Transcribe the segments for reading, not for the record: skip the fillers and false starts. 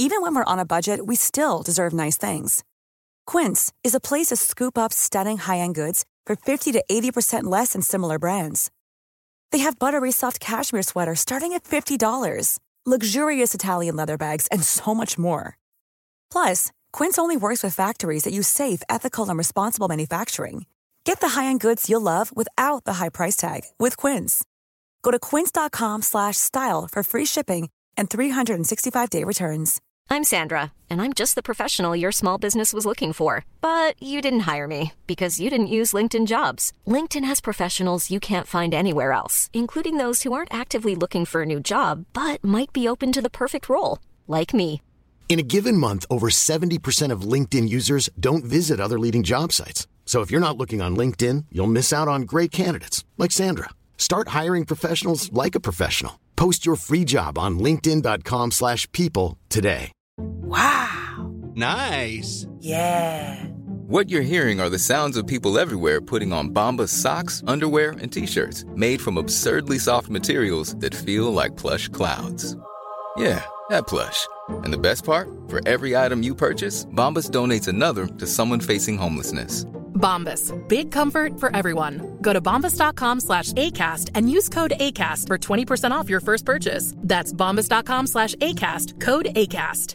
Even when we're on a budget, we still deserve nice things. Quince is a place to scoop up stunning high-end goods for 50 to 80% less than similar brands. They have buttery soft cashmere sweaters starting at $50, luxurious Italian leather bags, and so much more. Plus, Quince only works with factories that use safe, ethical, and responsible manufacturing. Get the high-end goods you'll love without the high price tag with Quince. Go to quince.com/style for free shipping and 365-day returns. I'm Sandra, and I'm just the professional your small business was looking for. But you didn't hire me because you didn't use LinkedIn Jobs. LinkedIn has professionals you can't find anywhere else, including those who aren't actively looking for a new job, but might be open to the perfect role, like me. In a given month, over 70% of LinkedIn users don't visit other leading job sites. So if you're not looking on LinkedIn, you'll miss out on great candidates like Sandra. Start hiring professionals like a professional. Post your free job on linkedin.com/people today. Wow. Nice. Yeah. What you're hearing are the sounds of people everywhere putting on Bombas socks, underwear, and T-shirts made from absurdly soft materials that feel like plush clouds. Yeah, that plush. And the best part? For every item you purchase, Bombas donates another to someone facing homelessness. Bombas. Big comfort for everyone. Go to bombas.com/ACAST and use code ACAST for 20% off your first purchase. That's bombas.com/ACAST. Code ACAST.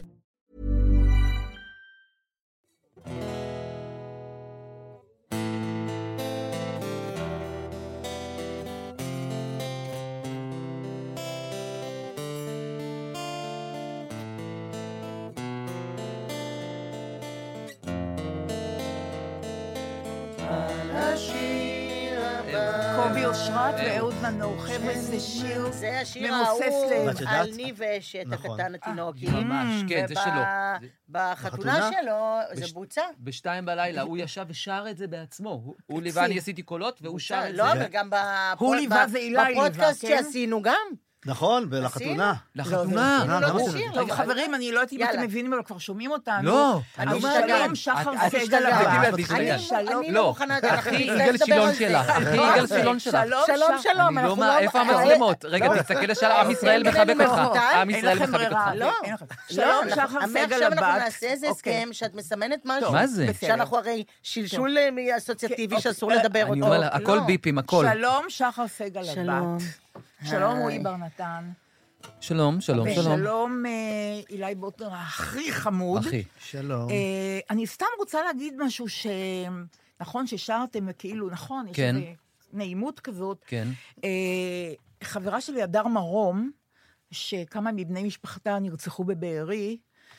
קובי אושרת ואהוד מנור. חבר'ה, זה שיר ממוסס לב. זה השיר האהוב על ניבש, את הקטן התינוקי. ממש, כן, זה שלו. בחתונה שלו זה בוצע. ב2 בלילה, הוא ישב ושר את זה בעצמו. הוא ליווה, אני עשיתי קולות, והוא שר את זה. לא, וגם הוא ליווה ואילי ליווה. בפודקאסט שעשינו גם. נכון, ולחתונה. לחתונה. טוב, חברים, אני לא יודעת אם אתם מבינים, אבל כבר שומעים אותנו. לא. אז שלום, שחר סגל הבא. אני לא מוכנה, אחי יגאל שילון שלך. שלום. איפה המצלמות? רגע, תסתכל לשאלה, עם ישראל מחבק אותך. עם ישראל מחבק אותך. לא. שלום, שחר סגל עכשיו אנחנו הבא. נעשה איזה הסכם שאת מסמנת משהו. מה זה? שאנחנו הרי שלשול אסוציאטיבי שאסור לדבר אני אותו. אומר, הכל ביפים, הכל. שלום, שחר סגל הבת. שלום רועי בר נתן. שלום. ושלום אילי בוטנר, הכי חמוד. אחי. שלום. אני סתם רוצה להגיד משהו נכון ששרתם וכאילו, נכון, יש כן. איזו נעימות כזאת. כן. חברה שלי, הדר מרום, שכמה מבני משפחתה נרצחו בבארי,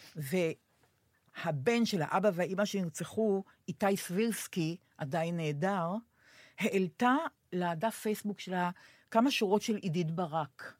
והבן של האבא והאמא שנרצחו, איתי סבירסקי, עדיין נהדר, העלתה לדף פייסבוק שלה כמה שורות של עידית ברק.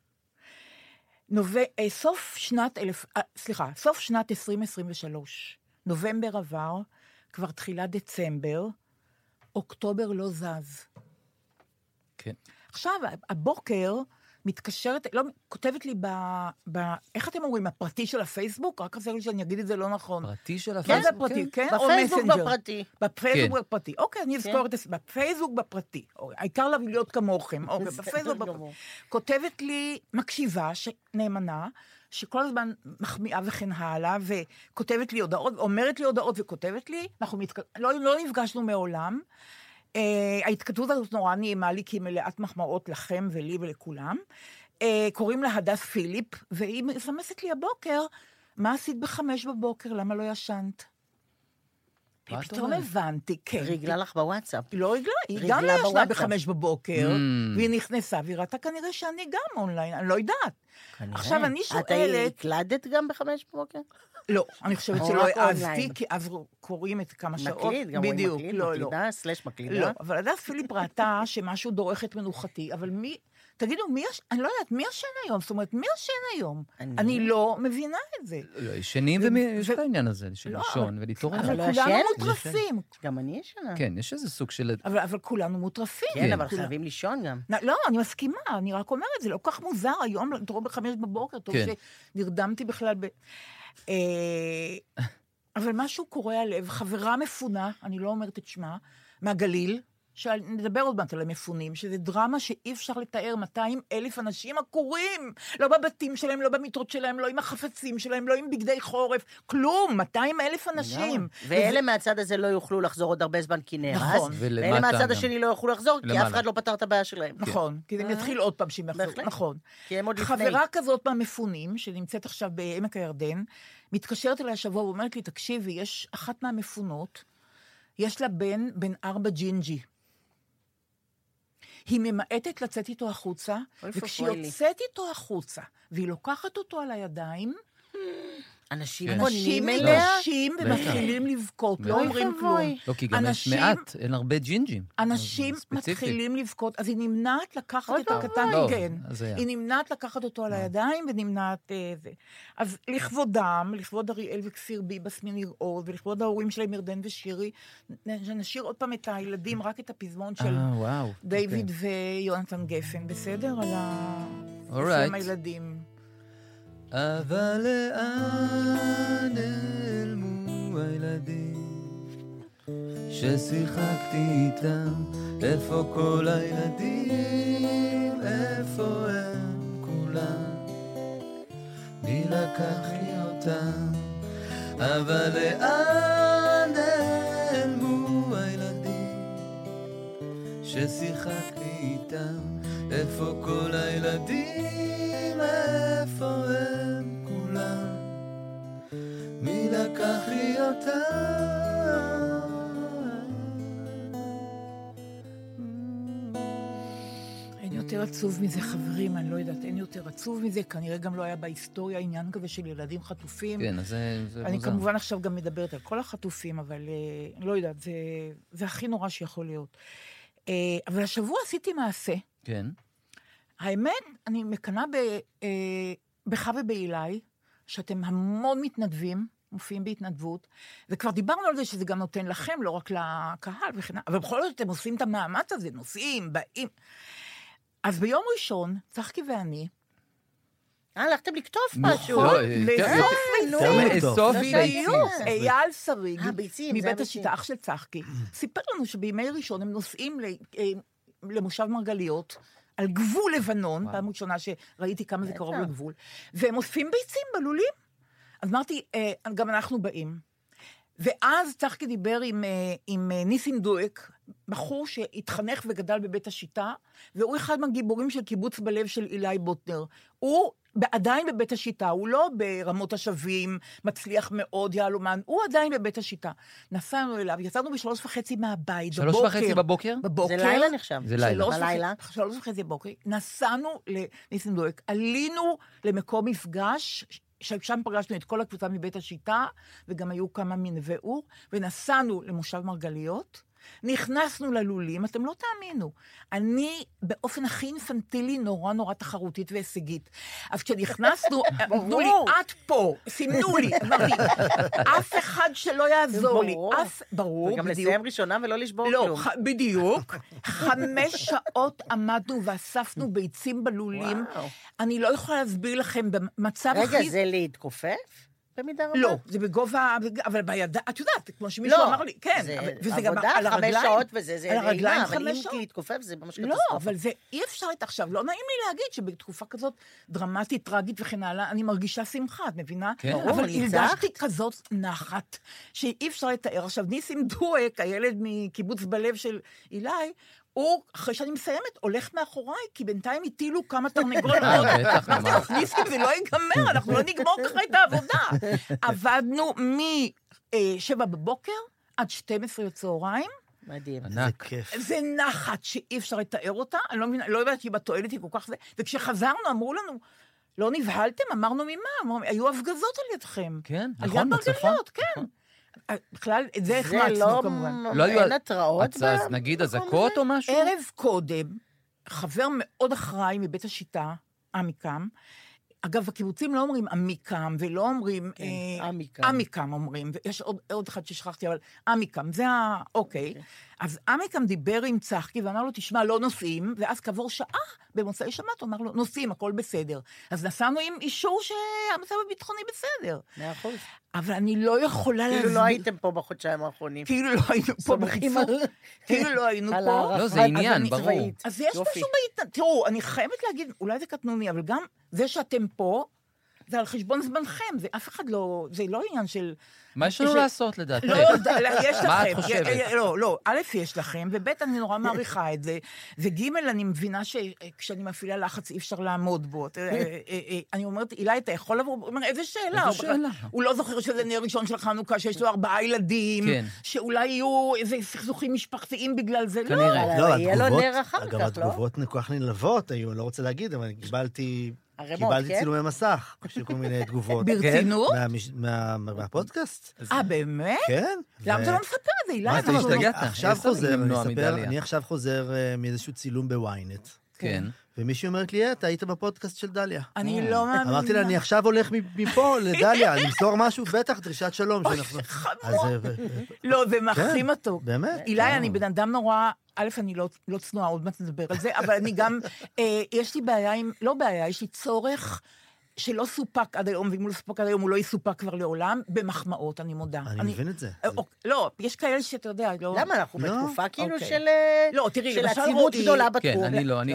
סוף שנת 2023, נובמבר עבר, כבר תחילת דצמבר, אוקטובר לא זז. כן. עכשיו, הבוקר מתקשרת, לא, כותבת לי איך אתם אומרים, הפרטי של הפייסבוק? רק חסר לי שאני אגיד את זה לא נכון. פרטי של כן, הפייסבוק? זה פרטי, כן? או בפייסבוק מסנג'ר? בפרטי. בפייסבוק בפרטי. אוקיי, אני אזכור את זה. בפייסבוק בפרטי. העיקר להיות כמוכם. אוקיי, בפייסבוק בפרטי. כותבת לי מקשיבה נאמנה, שכל הזמן מחמיאה וכן הלאה, וכותבת לי הודעות, אומרת לי הודעות וכותבת לי, אנחנו לא נפגשנו מעולם, ההתכתבות הזאת נורא נעימה לי, כי היא מלאת מחמאות לכם ולי ולכולם. קוראים לה הדס פיליפ, והיא מסמסת לי הבוקר, מה עשית ב5 בבוקר? למה לא ישנת? פתאום הבנתי, כן. רגלה לך בוואטסאפ. לא רגלה, היא גם לא ישנה ב5 בבוקר, והיא נכנסה, והיא ראתה כנראה שאני גם אונליין, אני לא יודעת. עכשיו אני שואלת... אתה הקלדת גם ב5 בבוקר? לא, אני חושבת שלא העזתי, כי אז קוראים את כמה שעות. מקליד, גם רואים מקליד, מקלידה, סלש מקלידה. לא, אבל הדס פיליפ ראתה שמשהו דורך את מנוחתי, אבל מי, תגידו, אני לא יודעת, מי ישן היום? זאת אומרת, מי ישן היום? אני לא מבינה את זה. לא, ישנים ויש את העניין הזה, של לישון ולהתעורר. אבל כולנו מוטרפים. גם אני ישנה. כן, יש איזה סוג של... אבל כולנו מוטרפים. כן, אבל חייבים לישון גם. לא, אני מסכימה, אני רק אומרת, זה לא כל כך מוזר היום, תראו ב5 בבוקר, טוב שנרדמתי בכלל אבל משהו קורה הלב, חברה מפונה, אני לא אומרת את שמה, מהגליל, נדבר עוד מעט על המפונים, שזה דרמה שאי אפשר לתאר 200,000 אנשים עקורים, לא בבתים שלהם, לא במיטות שלהם, לא עם החפצים שלהם, לא עם בגדי חורף, כלום, 200,000 אנשים. ואלה מהצד הזה לא יוכלו לחזור עוד הרבה זמן כי נהרס, ואלה מהצד השני לא יוכלו לחזור, כי אף אחד לא פתר את הבעיה שלהם. נכון, כי זה יתחיל עוד פעם שהם יחזור, נכון. חברה כזאת מהמפונים, שנמצאת עכשיו בעמק הירדן, מתקשרת אליי השבוע ואומרת לי, תקשיבי, יש אחת מהמפונות, יש לה בן 4 ג'ינג'י. היא ממעטת לצאת איתו החוצה, וכשהיא יוצאת איתו החוצה, והיא לוקחת אותו על הידיים, אנשים פונים אליה? אנשים ומתחילים לבכות, לא אומרים כלום. לא, כי גם יש מעט, אין הרבה ג'ינג'ים. אנשים מתחילים לבכות, אז היא נמנעת לקחת את הקטן, כן. היא נמנעת לקחת אותו על הידיים, ונמנעת זה. אז לכבודם, לכבוד אריאל וכפיר ביבס מניר עוז, ולכבוד ההורים שלהם ירדן ושירי, נשאיר עוד פעם את הילדים, רק את הפזמון של דיוויד ויונתן גפן, בסדר? על הילדים. אבל לאן נעלמו הילדים ששיחקתי איתם? איפה כל הילדים? איפה הם כולם? מי לקח לי אותם? אבל לאן נעלמו הילדים ששיחקתי איתם? איפה כל הילדים? איפה הם כולם? מי לקח לי אותם? אין יותר עצוב מזה, חברים, אני לא יודעת, אין יותר עצוב מזה, כנראה גם לא היה בהיסטוריה עניין כזה של ילדים חטופים. כן, אז זה מוזר. אני כמובן עכשיו גם מדברת על כל החטופים, אבל לא יודעת, זה הכי נורא שיכול להיות. אבל השבוע עשיתי מעשה. כן. האמת, אני מקנה בך ובאילי, שאתם המון מתנדבים, מופיעים בהתנדבות, וכבר דיברנו על זה שזה גם נותן לכם, לא רק לקהל וכן, אבל בכל זאת אתם עושים את המאמץ הזה, נוסעים, באים. אז ביום ראשון, צחקי ואני, הלכתם לקטוף משהו. לאסוף ביצים. אייל שריג, מבית השיטה, אח של צחקי, סיפר לנו שבימי ראשון הם נוסעים למושב מרגליות, על גבול לבנון, פעם ראשונה שראיתי כמה זה קרוב לגבול, והם אוספים ביצים בלולים. אז אמרתי, גם אנחנו באים. ואז צחקי דיבר עם ניסים דואק, בחור שהתחנך וגדל בבית השיטה, והוא אחד מהגיבורים של קיבוץ בלב של אילי בוטנר. הוא עדיין בבית השיטה, הוא לא ברמות השווים, מצליח מאוד, יעלומן, הוא עדיין בבית השיטה. נסענו אליו, יצאנו ב3:30 מהבית, 3:30 בבוקר? זה לילה נחשב. זה לילה. 3:30 בבוקר, נסענו לניסים דואק, עלינו למקום מפגש, שם פגשנו את כל הקבוצה מבית השיטה, וגם היו כמה מנווה אור, ונסענו למושב מרגליות, נכנסנו ללולים, אתם לא תאמינו. אני באופן הכי אינפנטילי נורא תחרותית והישגית. אז כשנכנסנו, אמרו לי, את פה, סימנו לי, אמרתי, אף אחד שלא יעזור לי. ברור, וגם לסיים ראשונה ולא לשבור כלום. לא, בדיוק. 5 שעות עמדנו ואספנו ביצים בלולים. אני לא יכולה להסביר לכם במצב הכי... רגע, זה להתכופף? במידה רבה? לא, זה בגובה, אבל בידיים, את יודעת, כמו שמישהו אמר לי, כן. זה עבודה, 5 שעות וזה, זה נעימה, אבל אם להתכופף זה ממש קטסטרופה. לא, אבל זה אי אפשר עכשיו, לא נעים לי להגיד שבתקופה כזאת דרמטית, טרגית וכן הלאה, אני מרגישה שמחה, את מבינה? אבל הרגשתי כזאת נחת, שאי אפשר לתאר. עכשיו, ניסים דואק, הילד מקיבוץ בלב של אילי, הוא, אחרי שאני מסיימת, הולך מאחוריי, כי בינתיים הטילו כמה תרנגולות. ניסים, זה לא ייגמר, אנחנו לא נגמור ככה את העבודה. עבדנו מ-7 בבוקר עד 12 לצהריים. מדהים. זה כיף. זה נחת שאי אפשר לתאר אותה, אני לא מבינה, לא יודעת שהיא בתועלת היא כל כך זה, וכשחזרנו אמרו לנו, לא נבהלתם? אמרנו ממה? היו הפגזות על ידכם. כן, נכון, בצפון. כן. בכלל, את זה החמצנו כמובן. לא אין התראות. אז נגיד אזעקות או משהו? ערב קודם, חבר מאוד אחראי מבית השיטה, עמיקם, אגב, הקיבוצים לא אומרים עמיקם, ולא אומרים... עמיקם אומרים, ויש עוד אחד ששכחתי, אבל עמיקם, זה אוקיי. אז עמיקם דיבר עם צחקי ואמר לו, תשמע, לא נוסעים, ואז כעבור שעה, במוצאי שבת, הוא אמר לו, נוסעים, הכל בסדר. אז נסענו עם אישור שהמצב הביטחוני בסדר. 100%. אבל אני לא יכולה להסביר. כאילו לא הייתם פה בחודשיים האחרונים. כאילו לא היינו פה בחיצור. כאילו לא היינו פה. לא, זה עניין, ברור. אז יש משהו בהתנהגות. תראו, אני חייבת להגיד, אולי זה קטנוני, אבל גם זה שאתם פה, זה על חשבון זמנכם, זה אף אחד לא, זה לא עניין של... מה יש לנו לעשות לדעתך? לא, יש לכם. מה את חושבת? לא, א', יש לכם, וב', אני נורא מעריכה את זה, וג', אני מבינה שכשאני מפעילה לחץ אי אפשר לעמוד בו. אני אומרת, אילי, אתה יכול לבוא? הוא אומר, איזה שאלה? הוא לא זוכר שזה נר ראשון של חנוכה, שיש לו 4 ילדים, שאולי יהיו איזה סכסוכים משפחתיים בגלל זה, לא. לא, יהיה לו נר אחר כך, לא? אגב, התגובות כל נלוות היו, לא רוצה להגיד, אבל קיבלתי צילומי מסך, של כל מיני תגובות. ברצינות? מהפודקאסט. באמת? כן. למה אתה לא מספר את זה, אילי? מה, אתה השתגעת? אני עכשיו חוזר מאיזשהו צילום בוויינט. כן. ומישהי אומרת לי, אתה היית בפודקאסט של דליה. אני לא מאמינה. אמרתי לה, אני עכשיו הולך מפה לדליה, אני אמסור משהו, בטח דרישת שלום. לא, זה מחכים אותו. באמת? אילי, אני בן אדם נורא, א', אני לא צנועה, עוד מעט נדבר על זה, אבל אני גם, יש לי בעיה עם, לא בעיה, יש לי צורך שלא סופק עד היום, ואם הוא לא סופק עד היום, הוא לא יסופק כבר לעולם, במחמאות, אני מודה. אני מבין את זה. לא, יש כאלה שאתה יודע, לא... למה? אנחנו בתקופה כאילו של עצימות גדולה בתחום. כן, אני לא,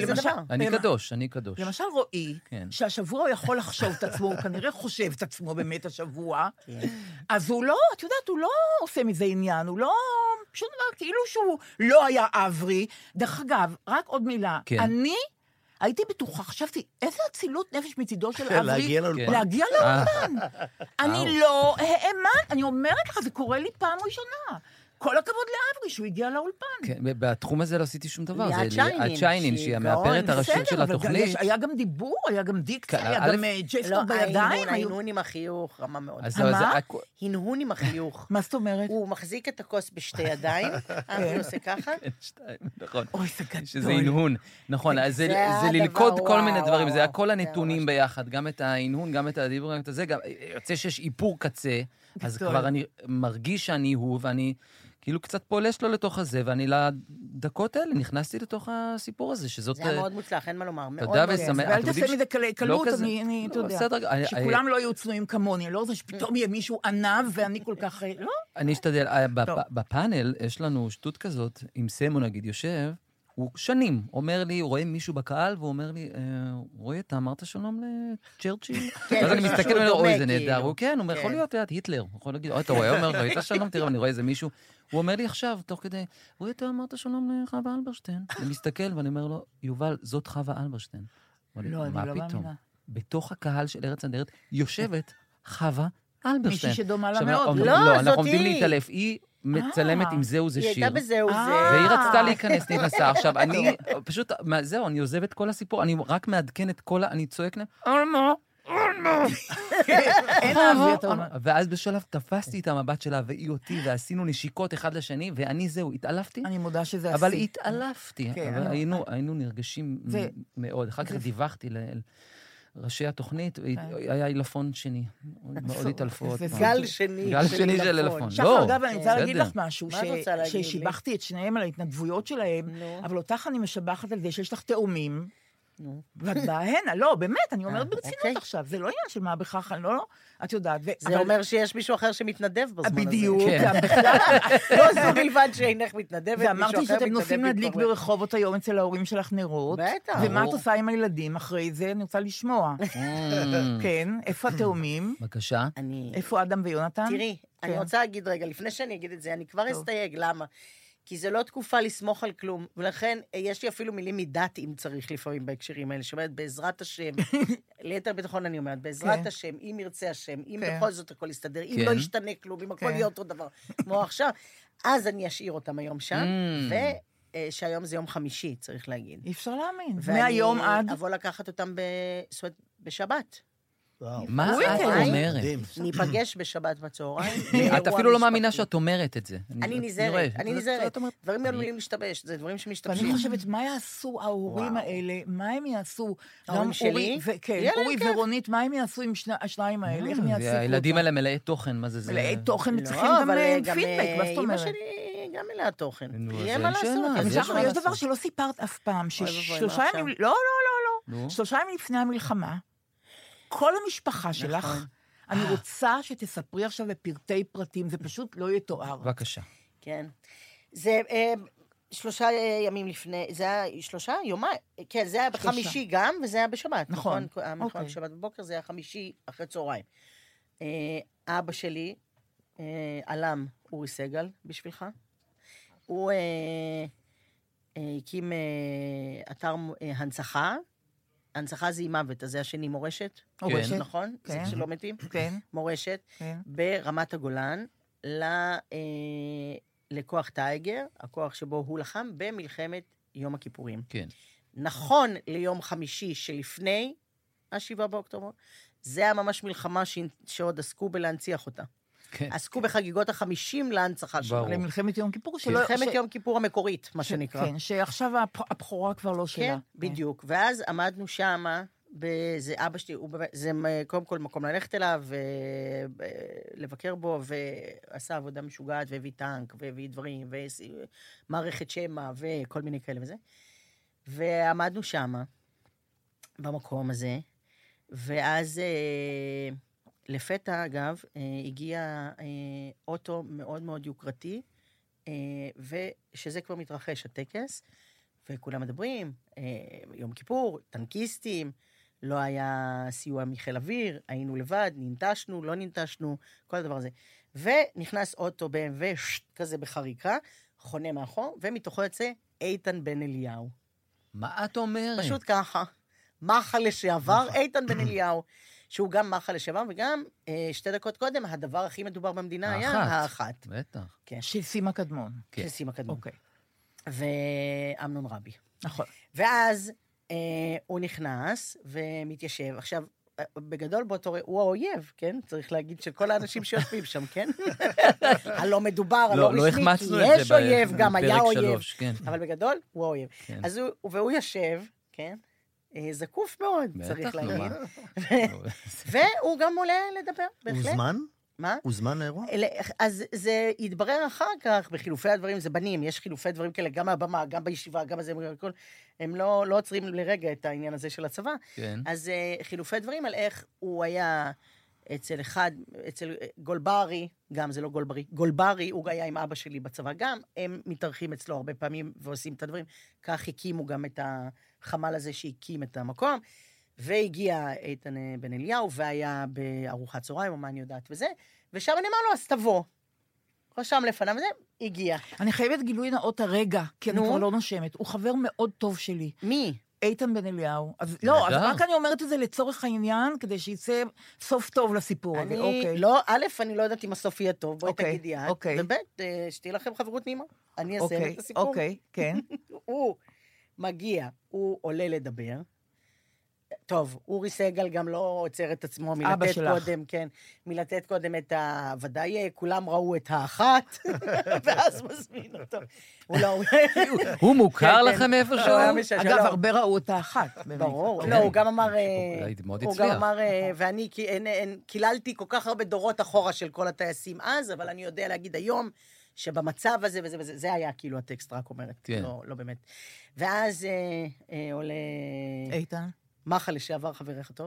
אני קדוש. למשל רועי, שהשבוע הוא יכול לחשוב את עצמו, הוא כנראה חושב את עצמו באמת השבוע, אז הוא לא, את יודעת, הוא לא עושה מזה עניין, הוא לא... פשוט דבר, כאילו שהוא לא היה אברי. דרך אגב, רק עוד מילה, אני... הייתי בטוחה, חשבתי, איזה אצילות נפש מצידו של אברי, להגיע לאולפן. אני לא האמן, אני אומרת לך, זה קורה לי פעם ראשונה. כל הכבוד לאברי שהוא הגיע לאולפן. כן, בתחום הזה לא עשיתי שום דבר. זה ליאת שיינין, שהיא המאפרת הראשית של התוכנית. היה גם דיבור, היה גם דיקציה, היה גם ג'סטות בידיים. ההנהון עם החיוך, רמה מאוד. מה? הנהון עם החיוך. מה זאת אומרת? הוא מחזיק את הכוס בשתי ידיים, אברי עושה ככה. נכון. אוי, זה גדול. שזה הנהון. נכון, זה ללכוד כל מיני דברים, זה הכל הנתונים ביחד, גם את ההנהון, גם את הדיבור, גם את זה, יוצא שיש איפור קצה, אז כבר אני מרגיש שאני הוא, ואני כאילו קצת פולש לו לתוך הזה, ואני לדקות האלה נכנסתי לתוך הסיפור הזה, שזאת... זה היה מאוד מוצלח, אין מה לומר. תודה ושמח. ואל תעשה מזה קלות, אני, אתה יודע, שכולם לא יהיו צנועים כמוני, לא רוצה שפתאום יהיה מישהו ענב, ואני כל כך... לא? אני אשתדל, בפאנל יש לנו שטות כזאת, עם סמו נגיד יושב, הוא שנים אומר לי, הוא רואה מישהו בקהל, והוא אומר לי, רואי, אתה אמרת שלום לצ'רצ'יל? אז אני מסתכל ואומר, אוי, זה נהדר. הוא כן, הוא אומר, יכול להיות, היטלר. הוא יכול להגיד, אוי, אתה רואה, אומר, ראית שלום, תראה, אני רואה איזה מישהו. הוא אומר לי עכשיו, תוך כדי, רואי, אתה אמרת שלום לחווה אלברשטיין. אני מסתכל ואני אומר לו, יובל, זאת חווה אלברשטיין. לא, אני לא מאמינה. בתוך הקהל של ארץ הנהדרת יושבת חווה אלברשטיין. מישהי שדומה לה מאוד. לא, אנחנו עומדים להתעלף. היא מצלמת עם זהו זה שיר. היא הייתה בזהו זה. והיא רצתה להיכנס, נכנסה. עכשיו, אני פשוט, זהו, אני עוזב את כל הסיפור, אני רק מעדכן את כל, אני צועק להם, ואז בשלב תפסתי את המבט שלה והיא אותי, ועשינו נשיקות אחד לשני, ואני זהו, התעלפתי. אני מודה שזה עשי. אבל התעלפתי. היינו נרגשים מאוד. אחר כך דיווחתי ראשי התוכנית, היה אילפון שני. מאוד התעלפות. גל שני. גל שני של אילפון. שחר, אגב, אני רוצה להגיד לך משהו, ששיבחתי את שניהם על ההתנדבויות שלהם, אבל אותך אני משבחת על זה שיש לך תאומים, ואת באה הנה, לא, באמת, אני אומרת ברצינות עכשיו, זה לא עניין של מה בכך, אני לא, את יודעת. זה אומר שיש מישהו אחר שמתנדב בזמן הזה. בדיוק, בכלל. לא, זה בלבד שאינך מתנדבת, מישהו אחר מתנדב. ואמרתי שאתם נוסעים להדליק ברחובות היום אצל ההורים שלך נרות. בטח. ומה את עושה עם הילדים אחרי זה? אני רוצה לשמוע. כן, איפה התאומים? בבקשה. איפה אדם ויונתן? תראי, אני רוצה להגיד רגע, לפני שאני אגיד את זה, אני כבר אסתייג, למה? כי זה לא תקופה לסמוך על כלום, ולכן יש לי אפילו מילים מדת אם צריך לפעמים בהקשרים האלה, שאומרת בעזרת השם, ליתר ביטחון אני אומרת, בעזרת השם, אם ירצה השם, אם בכל זאת הכל יסתדר, אם לא ישתנה כלום, אם הכל יהיה אותו דבר, כמו עכשיו, אז אני אשאיר אותם היום שם, ושהיום זה יום חמישי, צריך להגיד. אי אפשר להאמין. מהיום עד... ואני אבוא לקחת אותם בשבת. מה את אומרת? ניפגש בשבת בצהריים. את אפילו לא מאמינה שאת אומרת את זה. אני נזהרת. דברים עלולים להשתבש, זה דברים שמשתבשים. ואני חושבת, מה יעשו ההורים האלה? מה הם יעשו? ההורים שלי? כן, אורי ורונית, מה הם יעשו עם השניים האלה? איך הם יעשו? והילדים האלה מלאי תוכן, מה זה? מלאי תוכן, צריכים גם פידבק, מה זאת אומרת? גם מלאה תוכן. יהיה מה לעשות. יש דבר שלא סיפרת אף פעם, ששלושה ימים, לא, 3 ימים לפני המלחמה, כל המשפחה שלך, אני רוצה שתספרי עכשיו בפרטי פרטים, זה פשוט לא יתואר. בבקשה. כן. זה 3 ימים לפני, זה היה 3 יומיים, כן, זה היה בחמישי גם, וזה היה בשבת. נכון. המלחמה בשבת בבוקר, זה היה חמישי אחרי צהריים. אבא שלי, אלם אורי סגל בשבילך, הוא הקים אתר הנצחה, הנצחה זה עם מוות, אז זה השני מורשת, נכון? זה שלא מתים? כן. מורשת, ברמת הגולן, לכוח טייגר, הכוח שבו הוא לחם, במלחמת יום הכיפורים. כן. נכון ליום חמישי שלפני ה-7 באוקטובר, זה היה ממש מלחמה שעוד עסקו בלהנציח אותה. כן. עסקו בחגיגות ה-50 להנצחה שלו. למלחמת יום כיפור. מלחמת יום כיפור המקורית, מה שנקרא. כן, שעכשיו הבכורה כבר לא שלה. כן, בדיוק. ואז עמדנו שמה, זה אבא שלי, זה קודם כל מקום ללכת אליו, לבקר בו, ועשה עבודה משוגעת, והביא טנק, והביא דברים, ומערכת שמע, וכל מיני כאלה וזה. ועמדנו שמה, במקום הזה, ואז לפתע, אגב, הגיע אוטו מאוד מאוד יוקרתי, ושזה כבר מתרחש, הטקס, וכולם מדברים, יום כיפור, טנקיסטים, לא היה סיוע מחיל אוויר, היינו לבד, ננטשנו, לא ננטשנו, כל הדבר הזה. ונכנס אוטו BMW כזה בחריקה, חונה מאחור, ומתוכו יוצא איתן בן אליהו. מה את אומרת? פשוט ככה. מחל לשעבר, איתן בן אליהו, שהוא גם מחל לשעבר, וגם 2 דקות קודם, הדבר הכי מדובר במדינה היה האחת. בטח. של סימה קדמון. של סימה קדמון. אוקיי. ואמנון רבי. נכון. ואז הוא נכנס ומתיישב. עכשיו, בגדול באותו הוא האויב, כן? צריך להגיד שכל האנשים שיושבים שם, כן? הלא מדובר, הלא רשמי, כי יש אויב, גם היה אויב. אבל בגדול, הוא האויב. אז והוא יושב, כן? זקוף מאוד, צריך להגיד. והוא גם עולה לדבר, בהחלט. הוא זמן? מה? הוא זמן לאירוע? אז זה יתברר אחר כך, בחילופי הדברים, זה בנים, יש חילופי דברים כאלה, גם מהבמה, גם בישיבה, גם בזה, הם לא עוצרים לרגע את העניין הזה של הצבא. כן. אז חילופי דברים על איך הוא היה אצל גולברי, גם זה לא גולברי, גולברי, הוא היה עם אבא שלי בצבא גם, הם מתארחים אצלו הרבה פעמים ועושים את הדברים, כך הקימו גם את החמ"ל הזה שהקים את המקום, והגיע איתן בן אליהו, והיה בארוחת צהריים, או מה אני יודעת וזה, ושם אני אמר לו, אז תבוא. רשם לפניו וזה, הגיע. אני חייבת גילוי נאות הרגע, כי אני כבר לא נושמת. הוא חבר מאוד טוב שלי. מי? איתן בן אליהו. אז לא, אז רק אני אומרת את זה לצורך העניין, כדי שיצא סוף טוב לסיפור הזה. לא, א', אני לא יודעת אם הסוף יהיה טוב, בואי תגידי את. וב', שתהיה לכם חברות נעימה. אני אעשה את הסיפור. אוקיי, כן. הוא מגיע, הוא עולה לדבר. טוב, אורי סגל גם לא עוצר את עצמו מלתת קודם, כן, מלתת קודם את ודאי כולם ראו את האחת, ואז מזמין אותו. הוא מוכר לכם איפשהו? אגב, הרבה ראו את האחת. ברור. לא, הוא גם אמר, ואני קיללתי כל כך הרבה דורות אחורה של כל הטייסים אז, אבל אני יודע להגיד היום, שבמצב הזה וזה וזה, זה היה כאילו הטקסט רק אומרת, לא באמת. ואז עולה איתן. מחל לשעבר חברך טוב,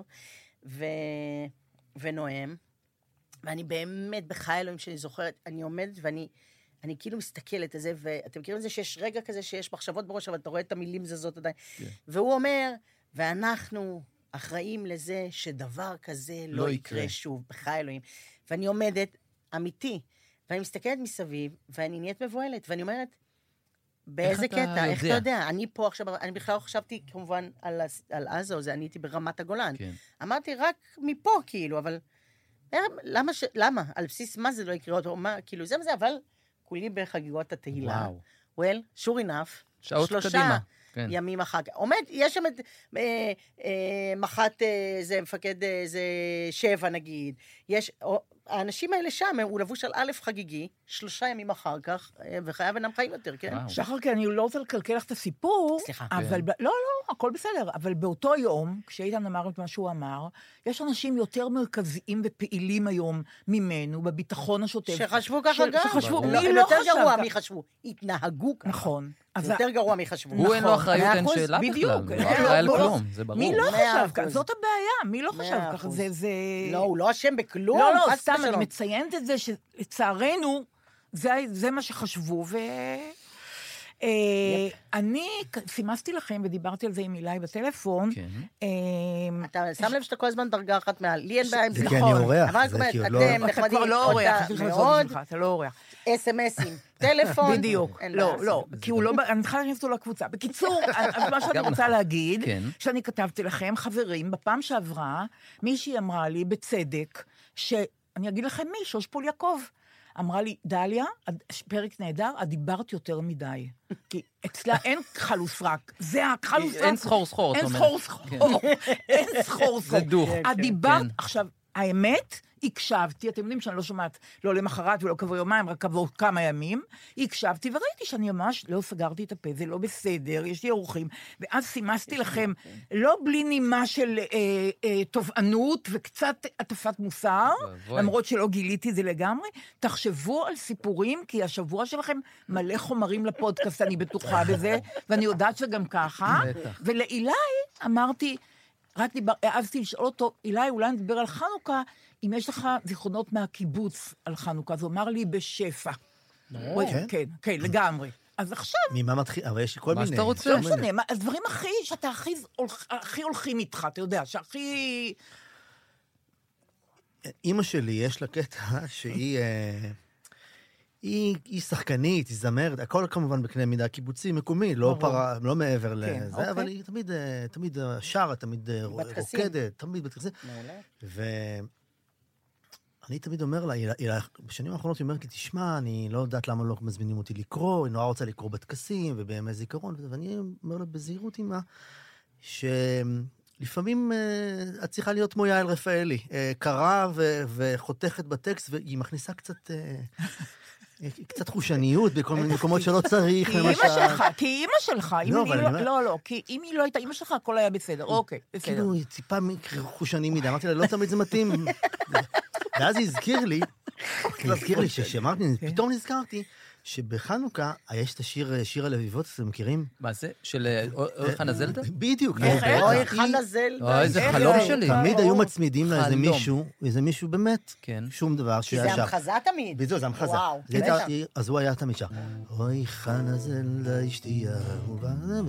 ונועם, ואני באמת בחיי אלוהים שאני זוכרת, אני עומדת ואני כאילו מסתכלת על זה, ואתם מכירים את זה שיש רגע כזה שיש מחשבות בראש, אבל אתה רואה את המילים זזות עדיין, והוא אומר, ואנחנו אחראים לזה שדבר כזה לא יקרה שוב, בחיי אלוהים. ואני עומדת, אמיתי, ואני מסתכלת מסביב, ואני נהיית מבועלת, ואני אומרת, באיזה קטע, איך אתה יודע? אני פה עכשיו, אני בכלל חשבתי כמובן על עזה, או זה, אני הייתי ברמת הגולן. אמרתי רק מפה, כאילו, אבל למה? על בסיס מה זה לא יקרה אותו? כאילו, זה וזה, אבל כולי בחגיגות התהילה. well, sure enough, שעות 3 ימים אחר כך. עומד, יש שם את מח"ט, זה מפקד, זה 7 נגיד, יש האנשים האלה שם, הוא לבוש על א' חגיגי, 3 ימים אחר כך, וחייו אינם חיים יותר, כן? שחר, כי אני לא רוצה לקלקל לך את הסיפור. סליחה. אבל, לא, הכל בסדר. אבל באותו יום, כשאיתן אמר את מה שהוא אמר, יש אנשים יותר מרכזיים ופעילים היום ממנו, בביטחון השוטף. שחשבו ככה גם. שחשבו, מי לא חשב? יותר גרוע מי חשבו, התנהגו ככה. נכון. יותר גרוע מי חשבו. הוא אין לו אחריות, אין שאלה בכלל. בדיוק. הוא לא אחראי על כלום, זה ברור. מי לא חשב ככה? זאת הבעיה, מי לא חשב ככה? זה... לא, הוא לא אשם בכלום. לא, סתם, אני מציינת את זה שלצערנו, זה מה שחשבו, אני סימסתי לכם ודיברתי על זה עם אילי בטלפון. אתה שם לב שאתה כל הזמן דרגה אחת מעל. לי אין בעיה עם זה. זה כי אני אורח. אתה כבר לא אורח, מאוד. אתה לא אורח. אס-אמסים, טלפון. בדיוק. לא, כי הוא לא, אני צריכה להכניס אותו לקבוצה. בקיצור, מה שאני רוצה להגיד, שאני כתבתי לכם, חברים, בפעם שעברה, מישהי אמרה לי בצדק, שאני אגיד לכם מי, שוש פול יעקב. אמרה לי, דליה, פרק נהדר, את דיברת יותר מדי. כי אצלה אין חלוס רק. זה החלוס רק. אין סחור, אין סחור. אין סחור. זה דוך. את דיברת, עכשיו, האמת, הקשבתי, אתם יודעים שאני לא שומעת, לא למחרת ולא כעבור יומיים, רק כעבור כמה ימים, הקשבתי וראיתי שאני ממש לא סגרתי את הפה, זה לא בסדר, יש לי אורחים, ואז סימסתי לכם, לא בלי נימה של תובענות וקצת עטפת מוסר, למרות שלא גיליתי זה לגמרי, תחשבו על סיפורים, כי השבוע שלכם מלא חומרים לפודקאסט, אני בטוחה בזה, ואני יודעת שגם ככה, ולאילי אמרתי, רק אהבתי לשאול אותו, אילי, אולי נדבר על חנוכה, אם יש לך זיכרונות מהקיבוץ על חנוכה, אז הוא אמר לי בשפע. כן, לגמרי. אז עכשיו... ממה מתחיל? אבל יש לי כל מיני... מה שאתה רוצה. לא משנה, הדברים שאתה הכי הולכים איתך, אתה יודע, שהכי... אמא שלי, יש לה קטע שהיא... היא שחקנית, היא זמרת, הכל כמובן בקנה מידה קיבוצי, מקומי, לא מעבר לזה, אבל היא תמיד שרה, תמיד רוקדת, תמיד בטקסים. ואני תמיד אומר לה, בשנים האחרונות היא אומרת לי, תשמע, אני לא יודעת למה לא מזמינים אותי לקרוא, היא נורא רוצה לקרוא בטקסים ובימי זיכרון, ואני אומר לה בזהירות אימה, לפעמים את צריכה להיות כמו יעל רפאלי, קרה וחותכת בטקסט, והיא מכניסה קצת חושניות בכל מיני מקומות שלא צריך. כי אימא שלך, כי אם היא לא הייתה אימא שלך, הכל היה בסדר. אוקיי, בסדר. כאילו, היא ציפה חושני מדי, אמרתי לה, לא תמיד זה מתאים. ואז היא הזכיר לי, ששמרתי, פתאום נזכרתי, שבחנוכה יש את שיר הלביבות, אתם מכירים? מה זה? של אוי חנה זלדה? בדיוק. אוי חנה זלדה. אוי, זה חלום שלי. תמיד היו מצמידים לה איזה מישהו באמת, שום דבר כי זה המחזה תמיד. בדיוק, זה המחזה. אז הוא היה תמיד שם. אוי חנה זלדה אשתי אהובה,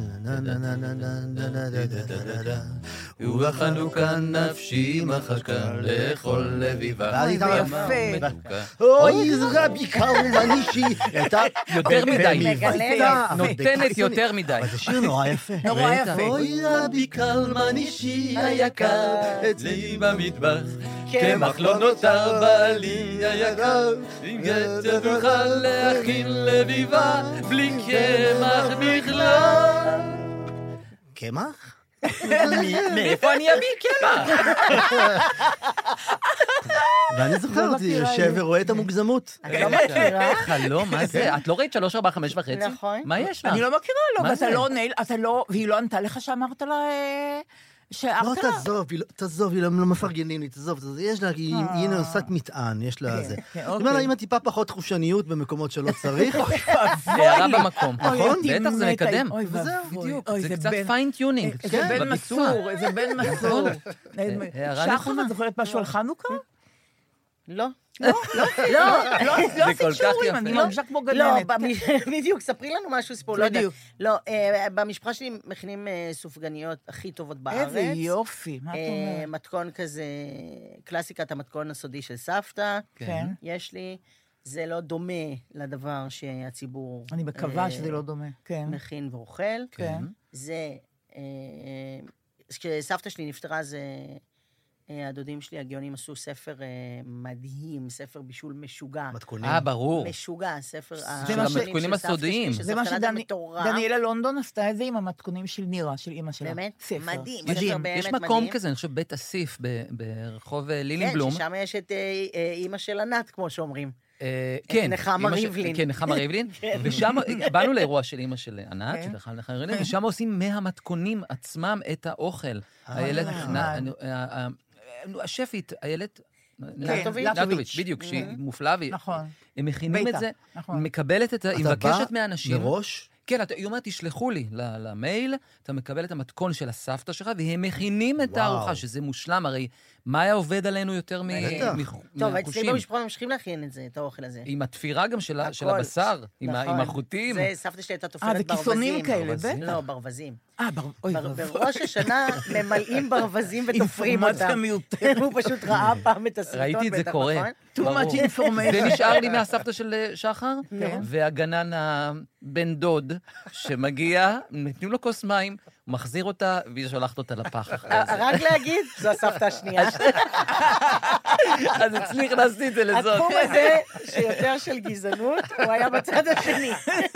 ובחנוכה נפשי מחכה לכל לביבה. יפה. אוי רבי קרמנישי. יותר מדי. נותנת יותר מדי. אבל זה שיר נורא יפה. נורא יפה. אוי רבי קלמנישי היקר, אצלי במטבח, קמח לא נותר בעלי היקר, אם תוכל להכין לביבה, בלי קמח בכלל. קמח? מאיפה אני אביא קמח? ואני זוכר אותי, יושב ורואה את המוגזמות. אני לא מכירה. חלום, מה זה? את לא ראית 3, 4, 5 וחצי? נכון. מה יש לה? אני לא מכירה, לא, ואתה לא עונה, והיא לא ענתה לך שאמרת לה... לא, תעזוב, היא לא מפרגנים לי, תעזוב, יש לה, היא נוסעת מטען, יש לה זה. זאת אומרת, אם טיפה פחות חושניות במקומות שלא צריך, הערה במקום. נכון? בטח זה מקדם. וזהו, בדיוק, זה קצת פיינטיונינג. איזה בן מסור, איזה בן מסור. שחר, את זוכרת משהו על חנוכה? לא. לא עשית שיעורים, אני מרגישה כמו גננת. לא, בדיוק, ספרי לנו משהו ספור. בדיוק. לא, במשפחה שלי מכינים סופגניות הכי טובות בארץ. איזה יופי, מה את אומרת? מתכון כזה, קלאסיקת המתכון הסודי של סבתא. כן. יש לי. זה לא דומה לדבר שהציבור... אני מקווה שזה לא דומה, כן. מכין ואוכל. כן. זה... כשסבתא שלי נפטרה זה... הדודים שלי, הגאונים, עשו ספר מדהים, ספר בישול משוגע. מתכונים. ברור. משוגע, ספר... של המתכונים הסודיים. זה מה שדניאלה לונדון עשתה את זה עם המתכונים של נירה, של אמא שלה. באמת? ספר. מדהים. יש מקום כזה, אני חושב, בית אסיף ברחוב לילינבלום. כן, ששם יש את אמא של ענת, כמו שאומרים. כן. נחמה ריבלין. כן, נחמה ריבלין. ושם, באנו לאירוע של אמא של ענת, של נחמה ריבלין, ושם עושים מהמתכונים עצמם את האוכל. הילד, השפית, איילת... נטוביץ', בדיוק, שהיא מופלאה, הם מכינים את זה, מקבלת את זה, היא מבקשת מאנשים. מראש? כן, היא אומרת, תשלחו לי למייל, אתה מקבל את המתכון של הסבתא שלך, והם מכינים את הארוחה, שזה מושלם, הרי מה היה עובד עלינו יותר מהחושים? טוב, אצלי במשפחה ממשיכים להכין את זה, את האוכל הזה. עם התפירה גם של הבשר, עם החוטים. זה סבתא שלי הייתה תופרת ברווזים. זה כיסונים כאלה, בטח? לא, ברווזים. אוי, בראש השנה ממלאים ברווזים ותופרים אותם. הוא פשוט ראה פעם את הסרטון. ראיתי את זה קורה. too much information. זה נשאר לי מהסבתא של שחר, והגנן הבן דוד שמגיע, נתנו לו כוס מים, הוא מחזיר אותה, והיא שולחת אותה לפח אחרי זה. רק להגיד, זו הסבתא השנייה. אז הצליח להעשי את זה לזאת. התחום הזה, שיותר של גזענות, הוא היה בצד השני.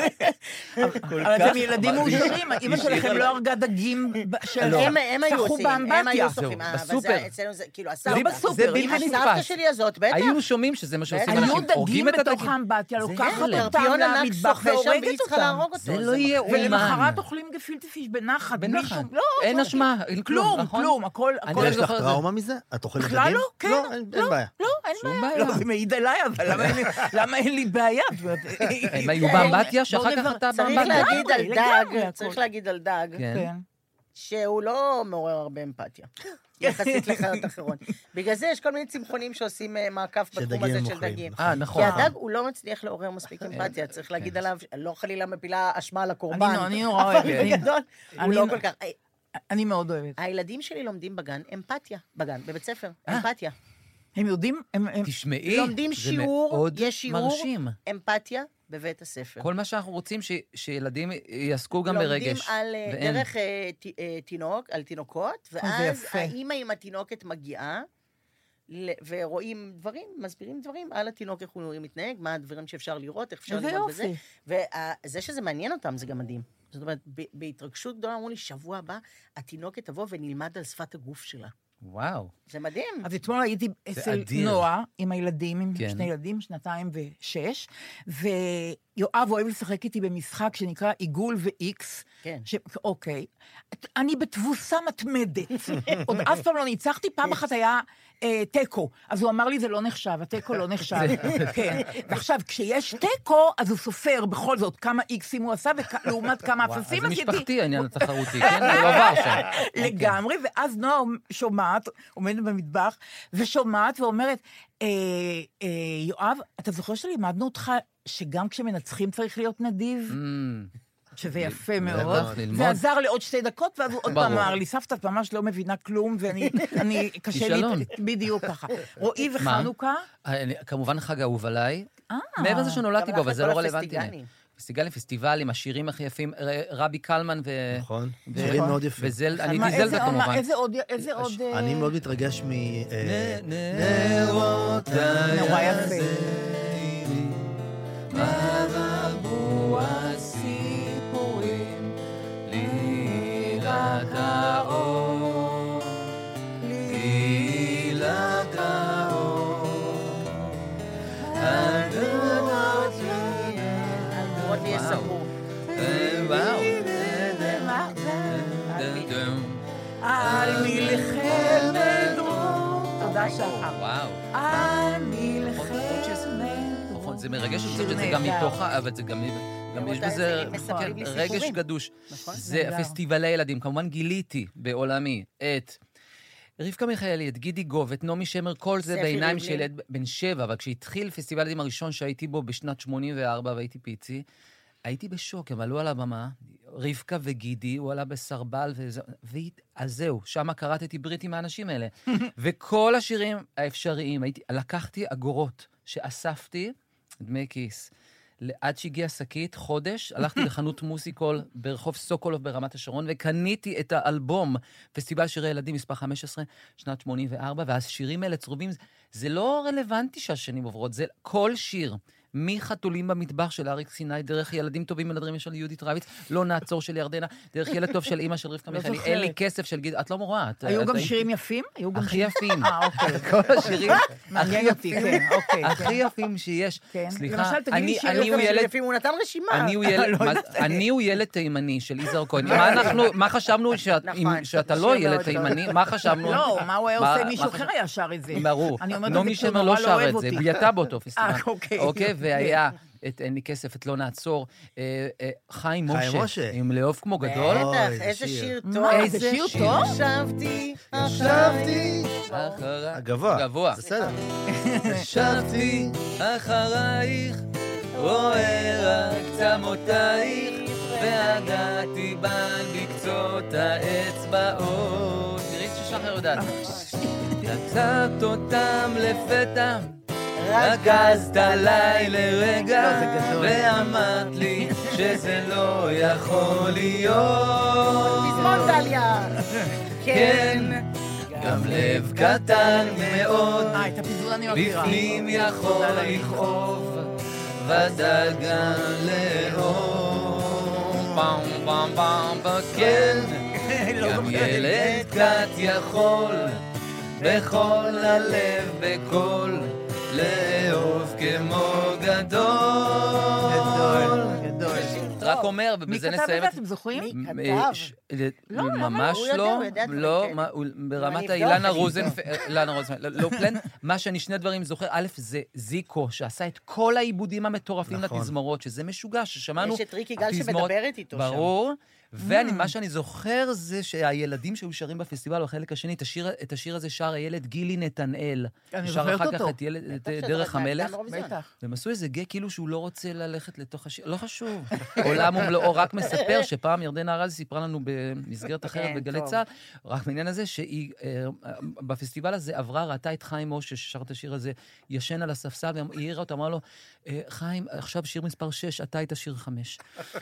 אבל אתם ילדים מאושרים, אמא שלכם לא הרגה דגים שלכם, שחו באמבטיה. בסופר. אצלנו זה כאילו זה בלתי נתפס. הסבתא שלי הזאת, בטח. היינו שומעים שזה מה שעושים היו אנשים, הורגים דגים את הדגים. בתוך האמבטיה, לוקחת אותם קרפיון ענק למטבח שוחה שם, והיא והורגת צריכה אותם. להרוג אותו. זה לא יהיה אומן. ולמחרת אוכלים גפילטה פיש בנחת. בנחת. לא, אין אשמה, כלום, כלום, הכל. יש לך טראומה מזה? את אוכלת דגים? בכלל לא, כן. לא, אין בעיה. לא, אין שום בעיה. בעיה. לא, זה מעיד עליי, אבל למה אין לי בעיה? הם היו באמבטיה, שאחר כך אתה באמבטיה. צריך להגיד על דג, שהוא לא מעורר הרבה אמפתיה. יחסית לחיות אחרות. בגלל זה יש כל מיני צמחונים שעושים מעקף בתחום הזה של דגים. נכון. כי הדג הוא לא מצליח לעורר מספיק אמפתיה, צריך להגיד עליו, לא חלילה מפילה אשמה לקורבן. אני נורא אוהבת. הוא לא כל כך... אני מאוד אוהבת. הילדים שלי לומדים בגן אמפתיה. בגן, בבית ספר, אמפתיה. הם יודעים? תשמעי, לומדים זה שיעור, מאוד יש שיעור מרשים. אמפתיה בבית הספר. כל מה שאנחנו רוצים שילדים יעסקו גם ברגש. לומדים על דרך תינוק, על תינוקות, ואז האמא עם התינוקת מגיעה, ורואים דברים, מסבירים דברים על התינוק, איך הוא מתנהג, מה הדברים שאפשר לראות, איך אפשר לראות בזה. וזה שזה מעניין אותם, זה גם מדהים. זאת אומרת, בהתרגשות גדולה, אמרו לי, שבוע הבא, התינוקת תבוא ונלמד על שפת הגוף שלה. וואו. זה מדהים. אז אתמול הייתי אצל נועה, עם הילדים, עם שני ילדים, 2 ו6, ויואב אוהב לשחק איתי במשחק שנקרא עיגול ו-X. כן. אוקיי. אני בתבוסה מתמדת. עוד אף פעם לא ניצחתי, פעם אחת היה טקו. אז הוא אמר לי, זה לא נחשב, הטקו לא נחשב. כן. ועכשיו, כשיש טקו, אז הוא סופר בכל זאת כמה X'ים הוא עשה, ולעומת כמה אפסים עשיתי. זה משפחתי העניין התחרותי, כן? זה לא עבר שם. לגמרי, ואז נועה שומעת, עומדת במטבח, ושומעת ואומרת, יואב, אתה זוכר שלימדנו אותך שגם כשמנצחים צריך להיות נדיב? שזה יפה מאוד. זה עזר לעוד 2 דקות, ואז הוא עוד פעם אמר לי, סבתא, את ממש לא מבינה כלום, ואני קשה לי בדיוק ככה. רועי וחנוכה. כמובן חג אהוב עליי. מעבר לזה שנולדתי בו, אבל זה לא רלוונטי. פסטיגלים, השירים הכי יפים, רבי קלמן נכון, שירים מאוד יפים. אני דיזלדה כמובן. איזה עוד... אני מאוד מתרגש מ... נרות נורא יפה. הרבו הסיפורים, לילת האור, לילת האור, הדורות יספרו. וואו. על מלחמת דרום. תודה שחר. וואו. על מלחמת דרום. זה מרגש שזה גם מתוך, אבל זה גם יש בזה רגש גדוש. זה פסטיבלי ילדים. כמובן גיליתי בעולמי את רבקה מיכאלי, את גידי גוב, את נעמי שמר, כל זה בעיניים של ילד בן 7, אבל כשהתחיל פסטיבל ילדים הראשון שהייתי בו בשנת 84 והייתי פיצי, הייתי בשוק, הם עלו על הבמה, רבקה וגידי, הוא עלה בסרבל, אז זהו, שם קראתי ברית עם האנשים האלה. וכל השירים האפשריים, לקחתי אגורות שאספתי, דמי כיס, עד שהגיעה שקית, חודש, הלכתי לחנות מוסיקול ברחוב סוקולוב ברמת השרון, וקניתי את האלבום, פסטיבל שירי ילדים מספר 15, שנת 84, והשירים האלה צרובים, זה לא רלוונטי שהשנים עוברות, זה כל שיר. מחתולים במטבח של אריק סיני, דרך ילדים טובים מנדרים של יהודית רביץ, לא נעצור של ירדנה, דרך ילד טוב של אמא של רבקה מיכאלי, אין לי כסף של גיד, את לא מורה. היו גם שירים יפים? הכי יפים. אוקיי. כל השירים הכי יפים שיש. סליחה, הוא נתן רשימה. אני הוא ילד תימני של יזהר כהן. מה חשבנו שאתה לא ילד תימני? מה חשבנו? לא, מה הוא היה עושה? מישהו אחר היה שר את זה. ברור. נעמי שמר לא שר את זה, היא הייתה באותו פסטיבל. אוקיי, והיה את אין לי כסף, את לא נעצור, חיים משה, עם לאהוב כמו גדול. בטח, איזה שיר טוב. איזה שיר טוב? ישבתי. הגבוה. בסדר. ישבתי אחרייך, רואה רק צמותייך, והגעתי בן בקצות האצבעות. תראי ששחר יודעת. תצאת אותם לפתע, רגזת עליי לרגע, ואמרת לי שזה לא יכול להיות. מזמון דליה. כן, גם לב קטן מאוד, את הפיזור אני מכירה. בפנים יכול לכאוב, ודגן לאהוב. פעם פעם פעם כן, גם ילד קט יכול, בכל הלב בכל, לאהוב כמו גדול. גדול. רק אומר, ובזה נסיים... מי כתב את זה, אתם זוכרים? מי כתב? ממש לא, ברמת אילנה רוזנפלד, מה שאני שני דברים זוכר, א', זה זיקו, שעשה את כל העיבודים המטורפים לתזמורות, שזה משוגע, ששמענו... יש את ריקי גל שמדברת איתו שם. ברור. ומה שאני זוכר זה שהילדים שהיו שרים בפסטיבל בחלק השני, את השיר הזה שר הילד גילי נתנאל. אני שר זוכרת אחר כך אותו. את דרך המלך. בטח. והם עשו איזה גה כאילו שהוא לא רוצה ללכת לתוך השיר. לא חשוב. עולם ומלואו רק מספר שפעם ירדנה ארזי סיפרה לנו במסגרת אחרת בגלי צה"ל, רק בעניין הזה שהיא בפסטיבל הזה עברה, ראתה את חיים משה ששר את השיר הזה, ישן על הספסל, והיא העירה אותו, אמרה לו, חיים, עכשיו שיר מספר 6, אתה היית שיר 5.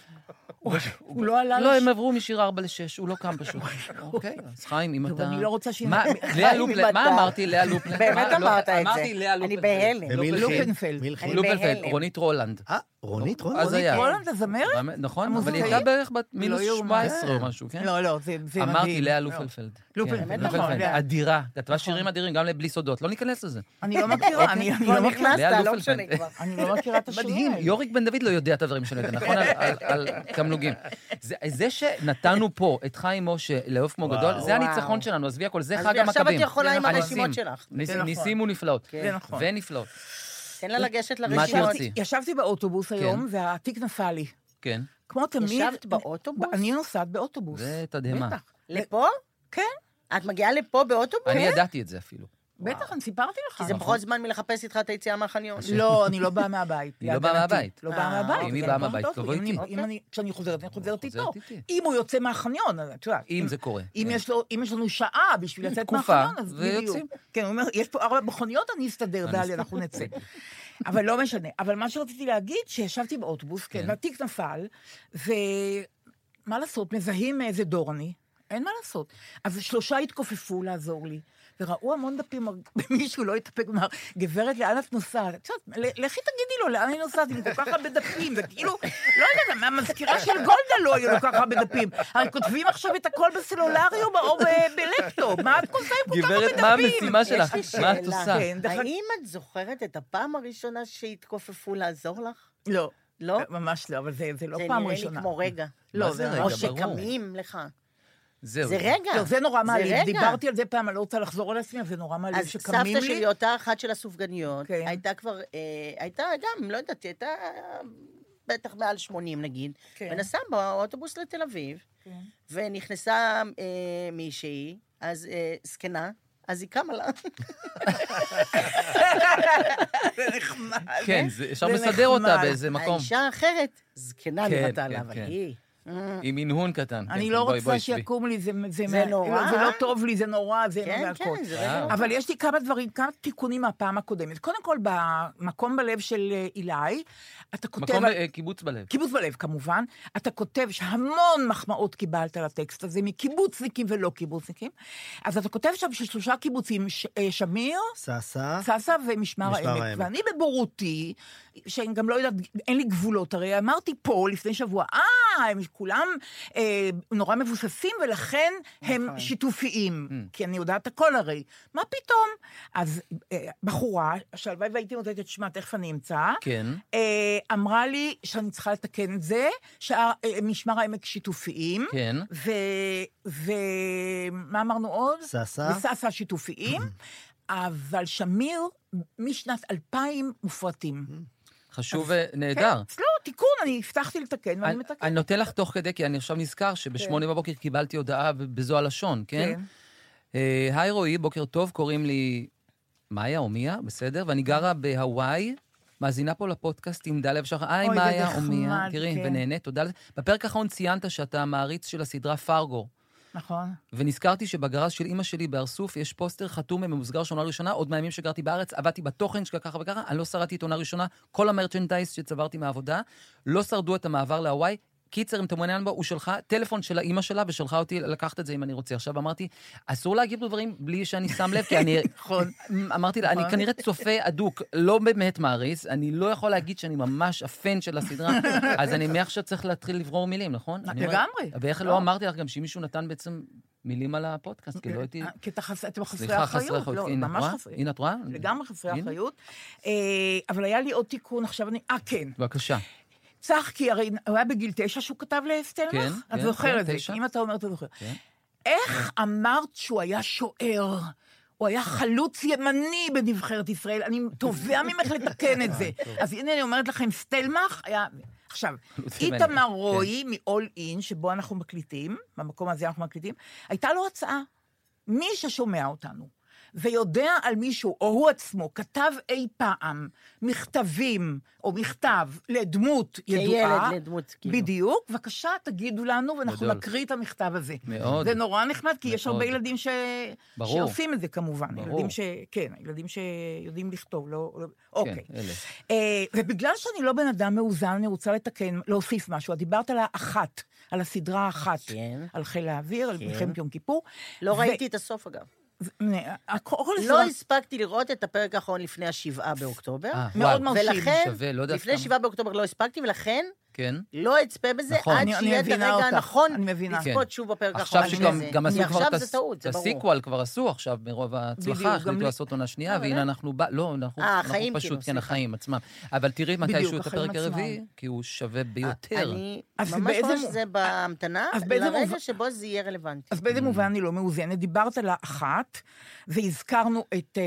הוא לא עלה... לא, הם עברו משיר 4 ל-6, הוא לא קם פשוט. אוקיי, אז חיים, אם אתה... אני לא רוצה ש... מה אמרתי? לאה לופלן? באמת אמרת את זה. אמרתי לאה לופלן. אני בהלם. לופנפלד. לופלפלד, רונית רולנד. רונית? אז היה. רולנד הזמרת? נכון, אבל היא הייתה בערך מינוס 17 או משהו, כן? לא, זה מדהים. אמרתי לאה לופלפלד. לופנפלד, נכון. אדירה, כתבה שירים אדירים, גם לבלי סודות. לא ניכנס לזה. אני לא מכירה, אני לא מכירה. לא משנה כבר. אני לא מכירה את השירים. מדהים, יוריק בן דוד לא יודע את הדברים שלו, נכון? על תמלוגים. זה שנתנו פה את חיים משה לאהוב כמו גדול, זה הניצחון שלנו, עזבי הכל, זה חג המכבים. עכשיו את יכולה עם הרשימות שלך. ניסים ונפלאות. זה נכון. ונפלאות. תן לה לגשת מה לרשימות. תרצי? ישבתי באוטובוס היום, והתיק נפל לי. כן. כמו תמיד... ישבת באוטובוס? אני נוסעת באוטובוס. זה תדהמה. בטח. לפה? כן. את מגיעה לפה באוטובוס? אני ידעתי את זה אפילו. בטח, אני סיפרתי לך. כי זה פחות זמן מלחפש איתך את היציאה מהחניון. לא, אני לא באה מהבית. היא לא באה מהבית. לא באה מהבית. אם היא באה מהבית, תבוא איתי. כשאני חוזרת, אני חוזרת איתו. איתי. אם הוא יוצא מהחניון, אז את יודעת. אם זה קורה. אם יש לנו שעה בשביל לצאת מהחניון, אז בדיוק. ויוצאים. כן, הוא אומר, יש פה 4 מכוניות, אני אסתדר, דליה, אנחנו נצא. אבל לא משנה. אבל מה שרציתי להגיד, שישבתי באוטובוס, כן, והתיק נפל, ומה לעשות, מזהים איזה דור אני, אין מה לעשות. אז 3 התכופפו לעזור לי, וראו המון דפים, מישהו לא התאפק, אמר, גברת, לאן את נוסעת? לכי תגידי לו, לאן אני נוסעת? עם כל כך הרבה דפים, זה כאילו, לא יודעת, מהמזכירה של גולדה לא היו לו כל כך הרבה דפים. הרי כותבים עכשיו את הכל בסלולרי או בלפטופ, מה את עושה עם כל כך הרבה דפים? גברת, מה המשימה שלך? מה את עושה? האם את זוכרת את הפעם הראשונה שהתכופפו לעזור לך? לא. לא? ממש לא, אבל זה לא פעם ראשונה. זה נראה לי כמו רגע. לא, זה רגע, או ברור. שקמים לך. זהו. זה רגע. לא, זה נורא מעליב. דיברתי על זה פעם, אני לא רוצה לחזור על עצמי, אבל זה נורא מעליב שקמים לי. אז סבתא שלי, אותה אחת של הסופגניות, כן. הייתה כבר, הייתה גם, לא יודעת, הייתה בטח מעל 80 נגיד, כן. ונסעה באוטובוס לתל אביב, כן. ונכנסה מישהי, אז זקנה, אז היא קמה לה. זה נחמד. כן, אפשר לסדר אותה באיזה מקום. האישה האחרת, זקנה נראתה לה, אבל כן. היא... עם מנהון קטן. אני לא רוצה שיקום לי, זה נורא. זה לא טוב לי, זה נורא, זה הכל. אבל יש לי כמה דברים, כמה תיקונים מהפעם הקודמת. קודם כל, במקום בלב של אילי, אתה כותב... מקום קיבוץ בלב. קיבוץ בלב, כמובן. אתה כותב שהמון מחמאות קיבלת לטקסט הזה, מקיבוצניקים ולא קיבוצניקים. אז אתה כותב שם ששלושה קיבוצים, שמיר, ססה ומשמר העמק. ואני בבורותי, שאני גם לא יודעת, אין לי גבולות, הרי אמרתי פה לפני שבוע, הם כולם נורא מבוססים, ולכן הם שיתופיים, כי אני יודעת הכל הרי. מה פתאום? אז בחורה, שהלוואי והייתי נותנת את שמה, תכף אני אמצא, אמרה לי שאני צריכה לתקן את זה, שמשמר העמק שיתופיים, ומה אמרנו עוד? וססה שיתופיים, אבל שמיר משנת 2000 מופרטים. חשוב ונהדר. לא, תיקון, אני הבטחתי לתקן, ואני מתקן. אני נותן לך תוך כדי, כי אני עכשיו נזכר שב8 בבוקר קיבלתי הודעה בזו הלשון, כן? היי רועי, בוקר טוב, קוראים לי מאיה או מיה, בסדר? ואני גרה בהוואי, מאזינה פה לפודקאסט עם דליה ושחר. היי מאיה או מיה, תראי, ונהנית, תודה לזה. בפרק האחרון ציינת שאתה מעריץ של הסדרה פארגו. נכון. ונזכרתי שבגרז של אמא שלי בארסוף יש פוסטר חתום ממוסגר שונה ראשונה, עוד מהימים שגרתי בארץ, עבדתי בתוכן שככה וככה, אני לא שרדתי את עונה ראשונה, כל המרצ'נדייז שצברתי מהעבודה, לא שרדו את המעבר להוואי, קיצר, אם אתה מעוניין בו, הוא שלך טלפון של האמא שלה, ושלחה אותי לקחת את זה אם אני רוצה. עכשיו אמרתי, אסור להגיב לדברים בלי שאני שם לב, כי אני... אמרתי לה, אני כנראה צופה אדוק, לא באמת מעריץ, אני לא יכול להגיד שאני ממש הפן של הסדרה, אז אני מעכשיו צריך להתחיל לברור מילים, נכון? לגמרי. ואיך לא אמרתי לך גם שמישהו נתן בעצם מילים על הפודקאסט, כי לא הייתי... כי אתם חסרי אחריות, לא, ממש חסרי. הנה, את רואה? לגמרי חסרי אחריות. אבל היה לי עוד תיקון, עכשיו אני... כן. בבקשה. צחקי, הרי הוא היה בגיל 9 שהוא כתב לסטלמך? כן, את זוכר את זה, אם אתה אומר, אתה זוכר. איך אמרת שהוא היה שוער? הוא היה חלוץ ימני בנבחרת ישראל, אני תובע ממך לתקן את זה. אז הנה אני אומרת לכם, סטלמך היה... עכשיו, איתמר רועי מ-all in, שבו אנחנו מקליטים, במקום הזה אנחנו מקליטים, הייתה לו הצעה. מי ששומע אותנו, ויודע על מישהו, או הוא עצמו, כתב אי פעם מכתבים, או מכתב לדמות ידועה, כילד לדמות, כאילו. בדיוק, בבקשה, תגידו לנו, ואנחנו נקריא את המכתב הזה. מאוד. זה נורא נחמד, כי יש הרבה ילדים שעושים את זה כמובן. ברור. ילדים שיודעים לכתוב, לא... אוקיי. ובגלל שאני לא בן אדם מאוזן, אני רוצה לתקן, להוסיף משהו. את דיברת על האחת, על הסדרה האחת, על חיל האוויר, על מלחמת יום כיפור. לא ראיתי את הסוף, אגב. לא הספקתי לראות את הפרק האחרון לפני 7 באוקטובר. מאוד מרשים. ולכן, לפני 7 באוקטובר לא הספקתי, ולכן לא אצפה בזה עד שיהיה את הרגע הנכון לצפות שוב בפרק האחרון. עכשיו שגם עשו כבר את הסיקוואל, כבר עשו עכשיו מרוב ההצלחה, החליטו לעשות עונה שנייה, והנה אנחנו פשוט כן החיים עצמם. אבל תראי מתישהו את הפרק הרביעי, כי הוא שווה ביותר. אני ממש חושב שזה בהמתנה, לרגע שבו זה יהיה רלוונטי. אז באיזה מובן אני לא מאוזנת, דיברת על האחת, והזכרנו את...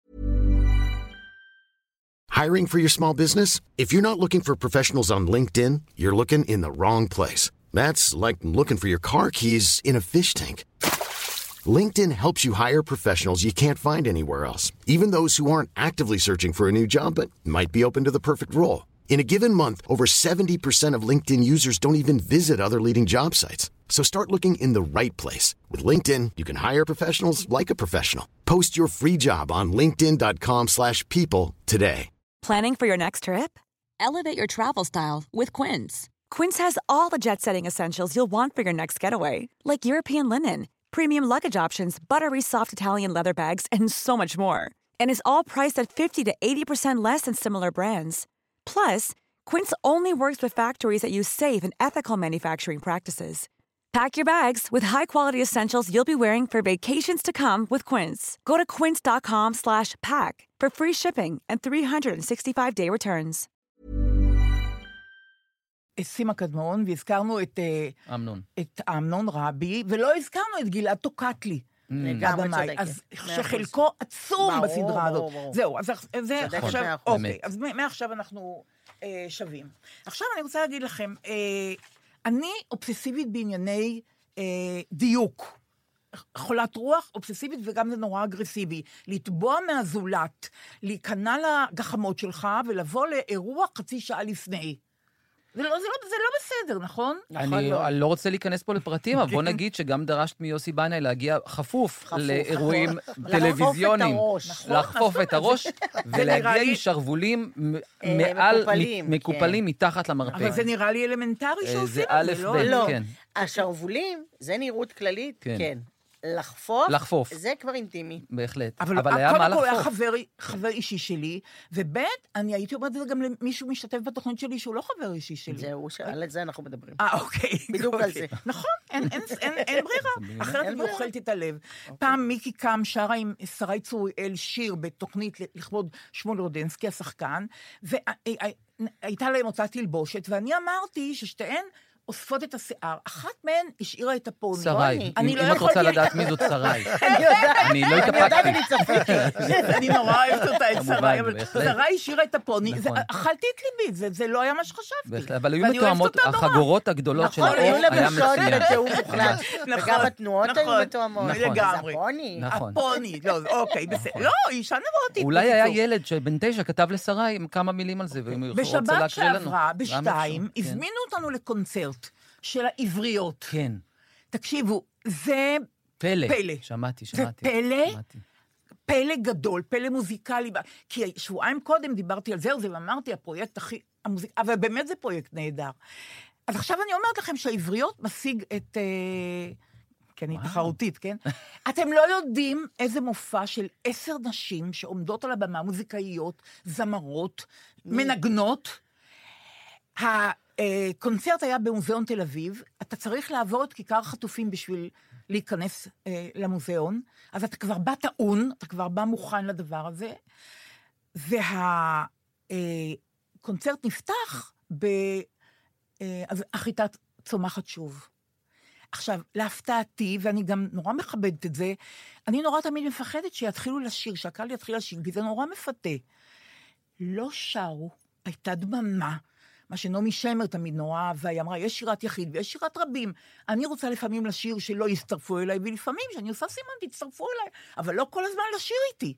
Hiring for your small business? If you're not looking for professionals on LinkedIn, you're looking in the wrong place. That's like looking for your car keys in a fish tank. LinkedIn helps you hire professionals you can't find anywhere else, even those who aren't actively searching for a new job but might be open to the perfect role. In a given month, over 70% of LinkedIn users don't even visit other leading job sites. So start looking in the right place. With LinkedIn, you can hire professionals like a professional. Post your free job on linkedin.com/people today. Planning for your next trip? Elevate your travel style with Quince. Quince has all the jet-setting essentials you'll want for your next getaway, like European linen, premium luggage options, buttery soft Italian leather bags, and so much more. And is all priced at 50 to 80% less than similar brands. Plus, Quince only works with factories that use safe and ethical manufacturing practices. Pack your bags with high-quality essentials you'll be wearing for vacations to come with Quince. Go to quince.com/pack for free shipping and 365-day returns. סימה קדמון, והזכרנו את אמנון רבי, ולא הזכרנו את גלעד טוקטלי. לגמרי צודקת. אז שחלקו עצום בסדרה הזאת. זהו, אז זה עכשיו, אוקיי, אז מעכשיו אנחנו שווים. עכשיו אני רוצה להגיד לכם, אני אובססיבית בענייני דיוק. חולת רוח, אובססיבית, וגם זה נורא אגרסיבי. לתבוע מהזולת, להיכנע לגחמות שלך, ולבוא לאירוע חצי שעה לפני. זה לא בסדר, נכון? אני לא רוצה להיכנס פה לפרטים, אבל בוא נגיד שגם דרשת מיוסי בנאי להגיע חפוף לאירועים טלוויזיוניים. לחפוף את הראש, ולהגיע עם שרוולים מקופלים מתחת למרפק. אבל זה נראה לי אלמנטרי שעושים את זה, לא? לא, השרוולים, זה נראות כללית, כן. לחפוף, זה כבר אינטימי. בהחלט. אבל היה מה לחפוף. קודם כל היה חבר אישי שלי, ובית, אני הייתי אומרת את זה גם למישהו משתתף בתוכנית שלי שהוא לא חבר אישי שלי. זהו, על זה אנחנו מדברים. אוקיי. בדיוק על זה. נכון, אין ברירה. אחרת אני אוכלת את הלב. פעם מיקי קם שרה עם שרי צוריאל שיר בתוכנית לכבוד שמואל רודנסקי, השחקן, והייתה להם אותה תלבושת, ואני אמרתי ששתיהן אוספות את השיער. אחת מהן השאירה את הפוני. שרי. אם את רוצה לדעת מי זאת שרי. אני לא התאפקתי. אני נורא אוהבת אותה, את שרי. אבל שרי השאירה את הפוני. אכלתי את ליבי, זה לא היה מה שחשבתי. אבל היו מתואמות, החגורות הגדולות של האור היה מצוין. היו לבשות בתיאום מוחלט. וגם התנועות היו מתואמות. לגמרי. הפוני. אוקיי, בסדר. לא, אישה נבואתית. אולי היה ילד שבן 9 כתב לשרי כמה מילים על זה, בשבת שעברה, בשתיים, הזמינו אותנו לקונצרט של העבריות. כן. תקשיבו, זה פלא. שמעתי. זה פלא גדול, פלא מוזיקלי. כי שבועיים קודם דיברתי על זה, ואמרתי, הפרויקט הכי... אבל באמת זה פרויקט נהדר. אז עכשיו אני אומרת לכם שהעבריות משיג את... כי אני תחרותית, כן? אתם לא יודעים איזה מופע של 10 נשים שעומדות על הבמה, מוזיקאיות, זמרות, מנגנות. הקונצרט היה במוזיאון תל אביב, אתה צריך לעבור את כיכר חטופים בשביל להיכנס למוזיאון, אז אתה כבר בא טעון, אתה כבר בא מוכן לדבר הזה, והקונצרט נפתח בחיטת צומחת שוב. עכשיו, להפתעתי, ואני גם נורא מכבדת את זה, אני נורא תמיד מפחדת שיתחילו לשיר, שהקהל יתחיל לשיר, כי זה נורא מפתה. לא שרו, הייתה דממה, מה שנעמי שמר תמיד נורא אהבה, היא אמרה, יש שירת יחיד ויש שירת רבים. אני רוצה לפעמים לשיר שלא יצטרפו אליי, ולפעמים שאני עושה סימן, תצטרפו אליי, אבל לא כל הזמן לשיר איתי.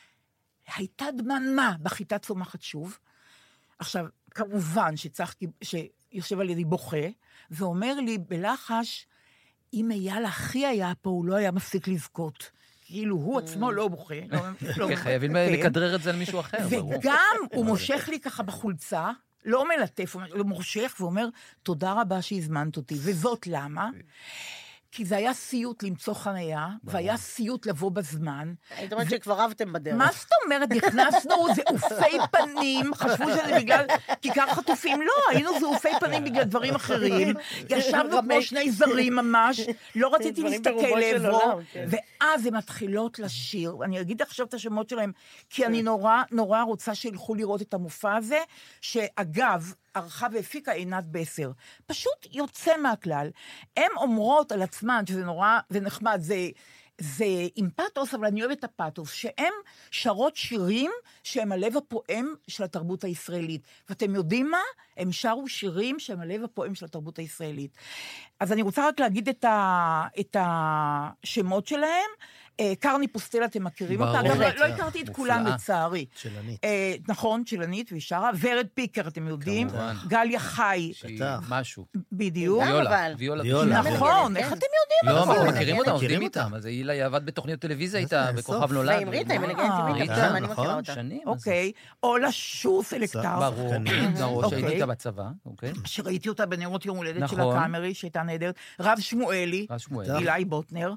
הייתה דממה בחיטת צומחת שוב. עכשיו, כמובן שצחקי, שיושב על ידי בוכה, ואומר לי בלחש, אם אייל אחי היה פה, הוא לא היה מפסיק לזכות. כאילו, הוא עצמו לא בוכה. חייבים לכדרר את זה למישהו אחר. וגם הוא מושך לי ככה בחולצה, לא מלטף, הוא מושך ואומר, תודה רבה שהזמנת אותי. וזאת למה? כי זה היה סיוט למצוא חניה, והיה סיוט לבוא בזמן. היית אומרת שכבר רבתם בדרך. מה זאת אומרת? נכנסנו, זה אופי פנים, חשבו שזה בגלל כיכר חטופים. לא, היינו זה אופי פנים בגלל דברים אחרים. ישבנו כמו שני זרים ממש, לא רציתי להסתכל לעברו, ואז הן מתחילות לשיר. אני אגיד עכשיו את השמות שלהם, כי אני נורא רוצה שילכו לראות את המופע הזה, שאגב, ערכה והפיקה עינת בסר. פשוט יוצא מהכלל. הן אומרות על עצמן, שזה נורא, זה נחמד, זה עם פאטוס, אבל אני אוהבת את הפאטוס, שהן שרות שירים שהם הלב הפועם של התרבות הישראלית. ואתם יודעים מה? הם שרו שירים שהם הלב הפועם של התרבות הישראלית. אז אני רוצה רק להגיד את השמות שלהם. קרני פוסטל, אתם מכירים אותה? לא הכרתי את כולם לצערי. שלנית. נכון, שלנית וישרה. ורד פיקר, אתם יודעים? גליה חי. משהו. בדיוק. ויולה. נכון, איך אתם יודעים? לא, אנחנו מכירים אותם, עובדים איתם. אז הילה עבד בתוכניות טלוויזיה איתה, בכוכב נולד. ועם ריטה, עם אלגנטים ריטה, אני מכירה אותה. שנים. אוקיי. אולה שוס אלקטר. ברור, שהייתי איתה בצבא. שראיתי אותה בנרות יום הולדת של הקאמרי, שהייתה נהדרת. רב שמואלי. אילי בוטנר.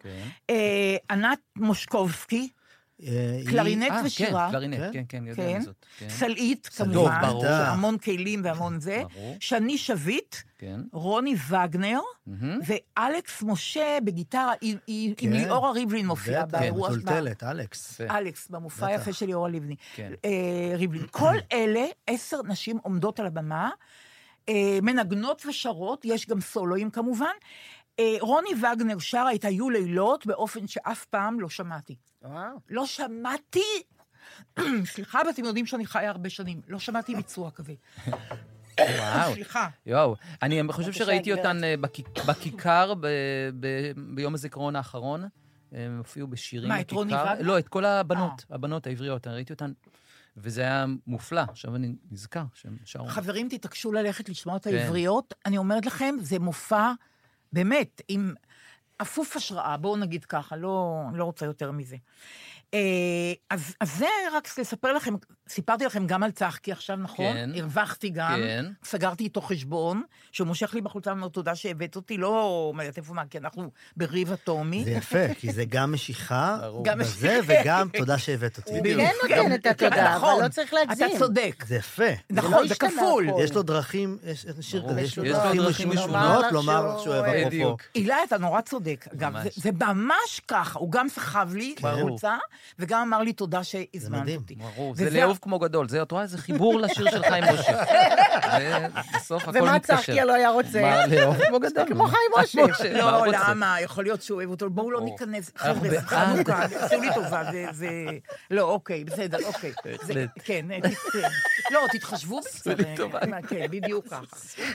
ענת מושקובסקי, קלרינט ושירה. קלרינט, כן, יודע זאת. סלעית, כמובן, המון כלים והמון זה. שני שביט, רוני וגנר, ואלכס משה בגיטרה, עם ליאורה ריבלין מופיעה באירוע. כן, מטולטלת, אלכס. אלכס, במופע היפה של ליאורה ריבלין. כל אלה, 10 נשים עומדות על הבמה, מנגנות ושרות, יש גם סולואים כמובן, רוני וגנר שרה את היו לילות באופן שאף פעם לא שמעתי. לא שמעתי, סליחה, ואתם יודעים שאני חיה הרבה שנים, לא שמעתי ביצוע כזה. וואו. סליחה. יואו. אני חושב שראיתי אותן בכיכר ביום הזיכרון האחרון, הם הופיעו בשירים בכיכר. מה, את רוני וגנר? לא, את כל הבנות העבריות, אני ראיתי אותן וזה היה מופלא. עכשיו אני נזכר שהם שרו. חברים, תתעקשו ללכת לשמוע את העבריות. אני אומרת לכם, זה מופע, באמת, עם אפוף השראה, בואו נגיד ככה, לא רוצה יותר מזה. אז זה רק לספר לכם, סיפרתי לכם גם על צחקי עכשיו, נכון? כן. הרווחתי גם, כן. סגרתי איתו חשבון, שהוא מושך לי בחולצה ואומר תודה שהבאת אותי, לא אומרת איפה מה, כי אנחנו בריב אטומי. זה יפה, כי זה גם משיכה בזה, וגם תודה שהבאת אותי. הוא כן נותן את התודה, אבל לא צריך להגזים. אתה צודק. זה יפה. נכון, זה כפול. יש לו דרכים, יש שיר כזה, יש לו יש דרכים דרכים משונות, לומר שהוא אוהב אפרופו. אילי, אתה נורא צודק. אגב, זה ממש ככה, הוא גם סחב לי בחולצה, וגם אמר לי תודה שהזמנת אותי. זה לאהוב כמו גדול, זה, את רואה, זה חיבור לשיר של חיים משה. בסוף הכל מתקשר. ומה צחקי לא היה רוצה? מה לאהוב כמו גדול? כמו חיים משה. לא, למה? יכול להיות שהוא אוהב אותו. בואו לא ניכנס. חבר'ה, חנוכה, עשו לי טובה, זה... לא, אוקיי, בסדר, אוקיי. כן, לא, תתחשבו בסדר. עשו לי טובה. כן, בדיוק ככה.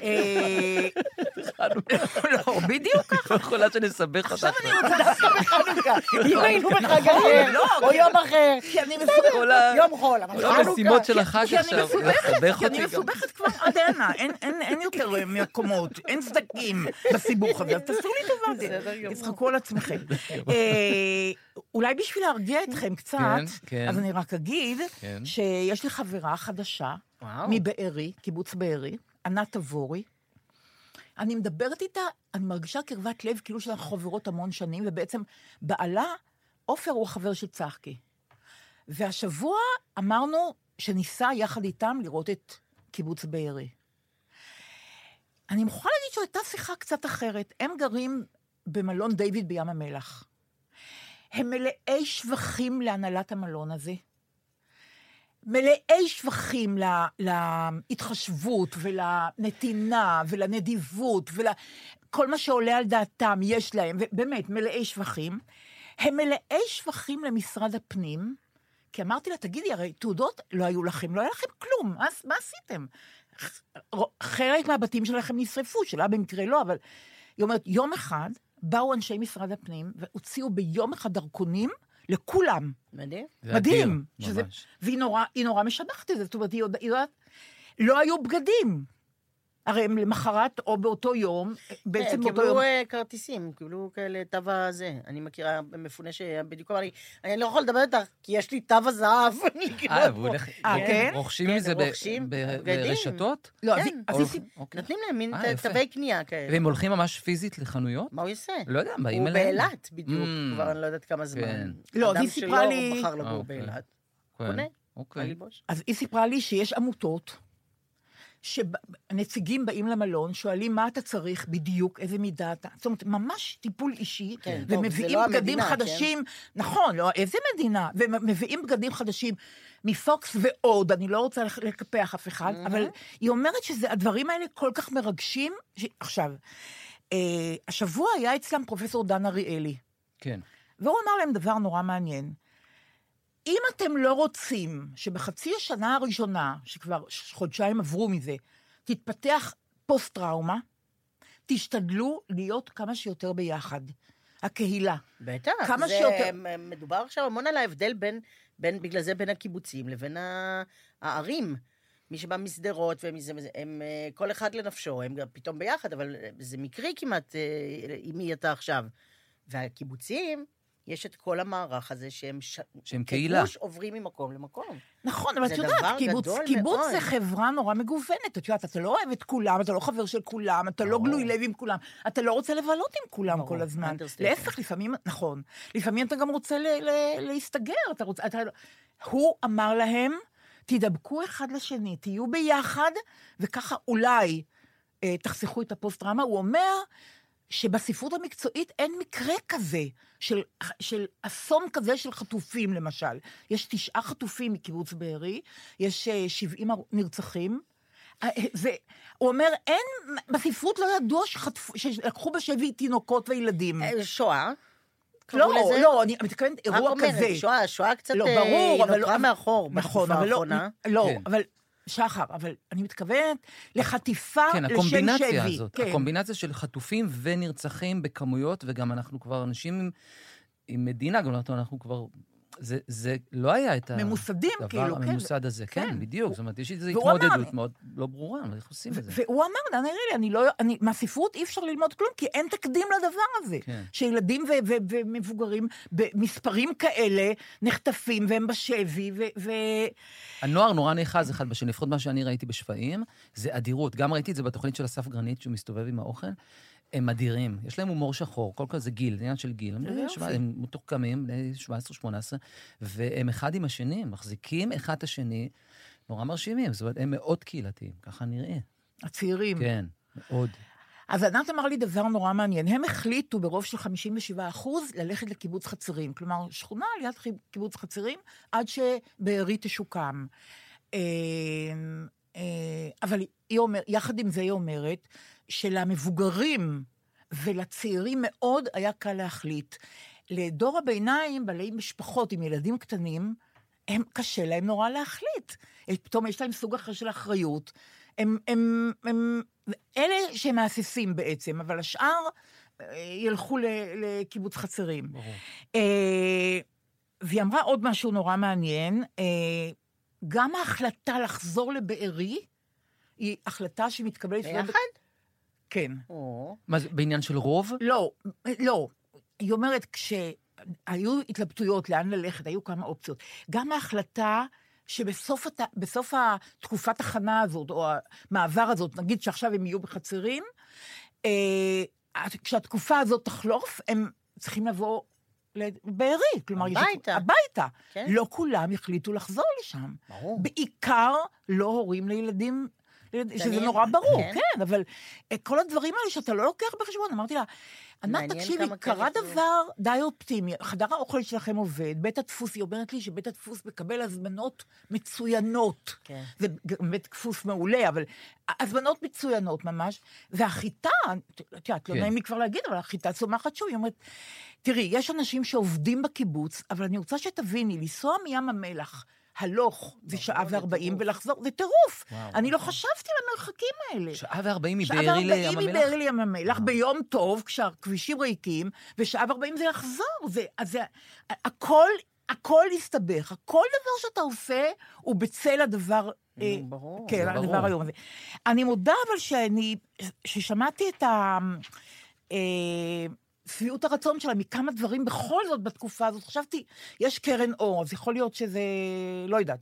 לא, בדיוק ככה. יכולה שנסבך אותך. חנוכה. אם היינו בחג אחר, או יום אחר. כי אני מסובכת. יום חול, אבל כל המשימות של החג עכשיו. כי אני מסובכת כבר עד הנה. אין יותר מקומות, אין סדקים בסיבוך הזה. אז תעשו לי טובה, תצחקו על עצמכם. אולי בשביל להרגיע אתכם קצת, אז אני רק אגיד שיש לי חברה חדשה מבארי, קיבוץ בארי, ענת תבורי. אני מדברת איתה, אני מרגישה קרבת לב כאילו שאנחנו חברות המון שנים, ובעצם בעלה, עופר הוא החבר של צחקי. והשבוע אמרנו שניסה יחד איתם לראות את קיבוץ בארי. אני מוכרחה להגיד שהייתה שיחה קצת אחרת. הם גרים במלון דיוויד בים המלח. הם מלאי שבחים להנהלת המלון הזה. מלאי שבחים להתחשבות ולנתינה ולנדיבות כל מה שעולה על דעתם יש להם, ובאמת מלאי שבחים. הם מלאי שבחים למשרד הפנים, כי אמרתי לה, תגידי, הרי תעודות לא היו לכם, לא היה לכם כלום, אז מה עשיתם? חלק מהבתים שלכם נשרפו, שלה במקרה לא, אבל היא אומרת, יום אחד באו אנשי משרד הפנים, והוציאו ביום אחד דרכונים לכולם. מדהים. מדהים. והיא נורא משבחת את זה, זאת אומרת, היא יודעת, לא היו בגדים. הרי הם למחרת או באותו יום, בעצם באותו יום... קיבלו כרטיסים, קיבלו כאלה תו הזה. אני מכירה מפונה שבדיוק אמר לי, אני לא יכול לדבר איתך, כי יש לי תו הזהב. כן? רוכשים מזה ברשתות? לא, נותנים להם מין תווי קנייה כאלה. והם הולכים ממש פיזית לחנויות? מה הוא יעשה? לא יודע, באים אליהם. הוא באילת בדיוק, כבר אני לא יודעת כמה זמן. לא, היא סיפרה לי... אדם שלא בחר לגור באילת. קונה, אז היא סיפרה לי שיש עמותות, שנציגים באים למלון, שואלים מה אתה צריך בדיוק, איזה מידה אתה, זאת אומרת, ממש טיפול אישי, ומביאים בגדים חדשים, נכון, לא, איזה מדינה, ומביאים בגדים חדשים מפוקס ועוד, אני לא רוצה לקפח אף אחד, אבל היא אומרת שהדברים האלה כל כך מרגשים, עכשיו, השבוע היה אצלם פרופסור דן אריאלי, כן. והוא אמר להם דבר נורא מעניין, אם אתם לא רוצים שבחצי השנה הראשונה, שכבר חודשיים עברו מזה, תתפתח פוסט-טראומה, תשתדלו להיות כמה שיותר ביחד. הקהילה. בטח, מדובר עכשיו המון על ההבדל בגלל זה בין הקיבוצים לבין הערים. מי שבא מסדרות, הם כל אחד לנפשו, הם פתאום ביחד, אבל זה מקרי כמעט, עם מי אתה עכשיו. והקיבוצים... יש את כל המערך הזה שהם קהילה. עוברים ממקום למקום. נכון, אבל את יודעת, קיבוץ זה חברה נורא מגוונת. את יודעת, אתה לא אוהב את כולם, אתה לא חבר של כולם, אתה לא גלוי לב עם כולם, אתה לא רוצה לבלות עם כולם כל הזמן. להפך, לפעמים, נכון, לפעמים אתה גם רוצה להסתגר. הוא אמר להם, תדבקו אחד לשני, תהיו ביחד, וככה אולי תחסכו את הפוסט-טראומה. הוא אומר... שבספרות המקצועית אין מקרה כזה, של אסון כזה של חטופים, למשל. יש 9 חטופים מקיבוץ בארי, יש 70 נרצחים, הוא אומר, אין, בספרות לא ידוע שלקחו בשבי תינוקות וילדים. שואה? לא, אני מתכוונת אירוע כזה. שואה קצת נותרה מאחור. נכון, אבל לא, אבל... שחר, אבל אני מתכוונת לחטיפה לשם שבי. כן, הקומבינציה הזאת. הקומבינציה של חטופים ונרצחים בכמויות, וגם אנחנו כבר אנשים עם מדינה, גם אנחנו כבר זה לא היה את ממוסדים, כאילו, הדבר כן. הממוסד הזה, כן, כן. בדיוק. זאת אומרת, יש איזו והוא אמר- התמודדות מאוד לא ברורה, איך עושים את זה? והוא אמר, דני רילי, מהספרות אי אפשר ללמוד כלום, כי אין תקדים לדבר הזה. כן. שילדים ומבוגרים במספרים כאלה נחטפים והם בשבי, הנוער נורא נאחז אחד בשני, לפחות מה שאני ראיתי בשפעים, זה אדירות. גם ראיתי את זה בתוכנית של אסף גרנית, שהוא מסתובב עם האוכל. הם אדירים, יש להם הומור שחור, כל כך זה גיל, זה עניין של גיל. הם מתוחכמים, 17-18, והם אחד עם השני, מחזיקים אחד את השני, נורא מרשימים. זאת אומרת, הם מאוד קהילתיים, ככה נראה. הצעירים. כן, מאוד. אז ענת אמר לי דבר נורא מעניין. הם החליטו ברוב של 57% ללכת לקיבוץ חצרים. כלומר, שכונה ליד קיבוץ חצרים, עד שבארי תשוקם. אבל יחד עם זה היא אומרת, שלמבוגרים ולצעירים מאוד היה קל להחליט. לדור הביניים, בעלי משפחות עם ילדים קטנים, הם קשה להם נורא להחליט. פתאום יש להם סוג אחר של אחריות. הם אלה שהם מאססים בעצם, אבל השאר ילכו לקיבוץ חצרים. והיא אמרה עוד משהו נורא מעניין, גם ההחלטה לחזור לבארי, היא החלטה שמתקבלת... ביחד? כן. מה זה, בעניין של רוב? לא. היא אומרת, כשהיו התלבטויות לאן ללכת, היו כמה אופציות. גם ההחלטה שבסוף התקופת הכנה הזאת, או המעבר הזאת, נגיד שעכשיו הם יהיו בחצרים, כשהתקופה הזאת תחלוף, הם צריכים לבוא לבארי. כלומר, הביתה. כן. לא כולם החליטו לחזור לשם. ברור. בעיקר לא הורים לילדים, שזה נורא ברור, כן, אבל כל הדברים האלה שאתה לא לוקח בחשבון, אמרתי לה, ענת, תקשיבי, קרה דבר די אופטימי, חדר האוכל שלכם עובד, בית הדפוס, היא אומרת לי שבית הדפוס מקבל הזמנות מצוינות, זה בית דפוס מעולה, אבל הזמנות מצוינות ממש, והחיטה, תראה, לא נעים לי כבר להגיד, אבל החיטה צומחת שוב, היא אומרת, תראי, יש אנשים שעובדים בקיבוץ, אבל אני רוצה שתביני, לנסוע מים המלח, הלוך זה שעה ו40 ולחזור, זה טירוף. אני לא חשבתי על המרחקים האלה. שעה ו40 מבארי לים המלח? שעה ו40 מבארי לים המלח, ביום טוב, כשהכבישים ריקים, ושעה ו40 זה יחזור. הכל יסתבך. כל דבר שאתה עושה, הוא בצל הדבר... ברור. כן, הדבר היום הזה. אני מודה אבל ששמעתי את שביעות הרצון שלה מכמה דברים בכל זאת בתקופה הזאת. חשבתי, יש קרן אור, אז יכול להיות שזה, לא יודעת,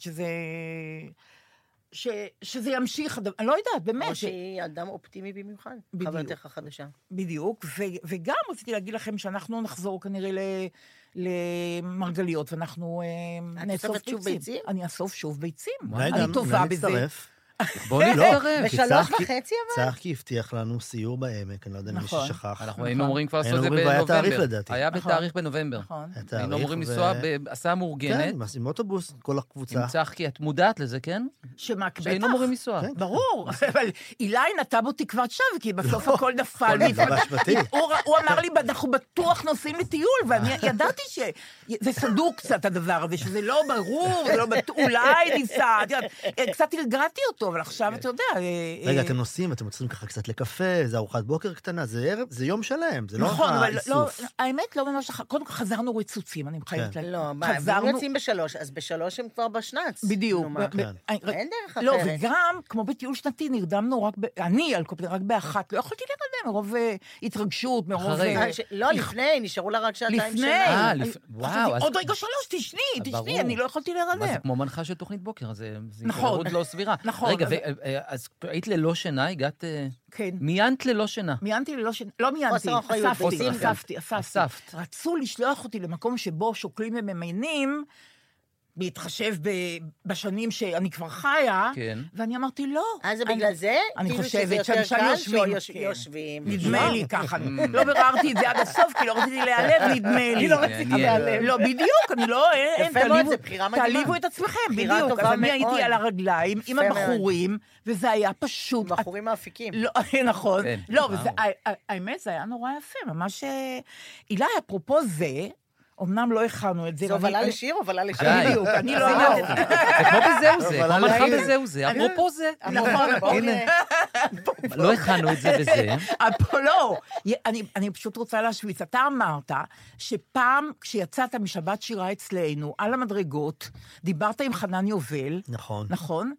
שזה ימשיך, אני לא יודעת, באמת. או שהיא אדם אופטימי במיוחד, חברתך החדשה. בדיוק, וגם רציתי להגיד לכם שאנחנו נחזור כנראה למרגליות, ואנחנו נאסוף ביצים. אני אאסוף שוב ביצים. אני טובה בזה. בוא נתקרב. ב3:30 אבל? צחקי הבטיח לנו סיור בעמק, אני לא יודע אם מישהו שכח. אנחנו היינו אמורים כבר לעשות את זה בנובמבר. היה בתאריך בנובמבר. היינו אמורים לנסוע בהסעה מאורגנת. כן, עם אוטובוס, כל הקבוצה. עם צחקי, את מודעת לזה, כן? שהיינו אמורים לנסוע. ברור, אבל אילי נטע בו תקוות שווא, כי בסוף הכל נפל. הוא אמר לי, אנחנו בטוח נוסעים לטיול, ואני ידעתי שזה סדוק קצת הדבר הזה, שזה לא ברור, אולי ניסע, קצת הרגעתי אותו, אבל עכשיו אתה יודע... רגע, אתם נוסעים, אתם יוצאים ככה קצת לקפה, זה ארוחת בוקר קטנה, זה יום שלם, זה לא נכון, אבל האמת לא ממש, קודם כל חזרנו רצוצים, אני מחייבת להגיד. לא, הם יוצאים ב3, אז ב3 הם כבר בשנץ. בדיוק. אין דרך אחרת. לא, וגם, כמו בטיול שנתי, נרדמנו אני, על קופלר, רק באחת, לא יכולתי להירדם, מרוב התרגשות, מרוב... לא, לפני, נשארו לה רק שעתיים לפני. עוד רגע 3, תשני, אני לא יכולתי להירדם. מה זה כמו מנחה של תוכנית בוקר, זה התעוררות לא סבירה. רגע, אז היית ללא שינה, הגעת... כן. מיינת ללא שינה. מיינתי ללא שינה, לא מיינתי, אספתי. רצו לשלוח אותי למקום שבו שוקלים וממיינים, בהתחשב בשנים שאני כבר חיה, ואני אמרתי לא. אז זה בגלל זה? אני חושבת שאנשים יושבים. נדמה לי ככה. לא בררתי את זה עד הסוף, כי לא רציתי להיעלב, נדמה לי. לא רציתי להיעלב. לא, בדיוק, אני לא... יפה מאוד, זה בחירה מדהימה. תעליבו את עצמכם, בדיוק. אז אני הייתי על הרגליים עם הבחורים, וזה היה פשוט... בחורים מאפיקים. נכון. לא, האמת, זה היה נורא יפה, ממש... אילי, אפרופו זה, אמנם לא הכנו את זה. זה הובלה לשיר, הובלה לשיר. בדיוק, אני לא יודעת. זה כמו בזהו זה, כמו מלכה בזהו זה. אפרופו זה. הנה. לא הכנו את זה בזה. לא, אני פשוט רוצה להשוויץ. אתה אמרת שפעם כשיצאת משבת שירה אצלנו, על המדרגות, דיברת עם חנן יובל. נכון. נכון?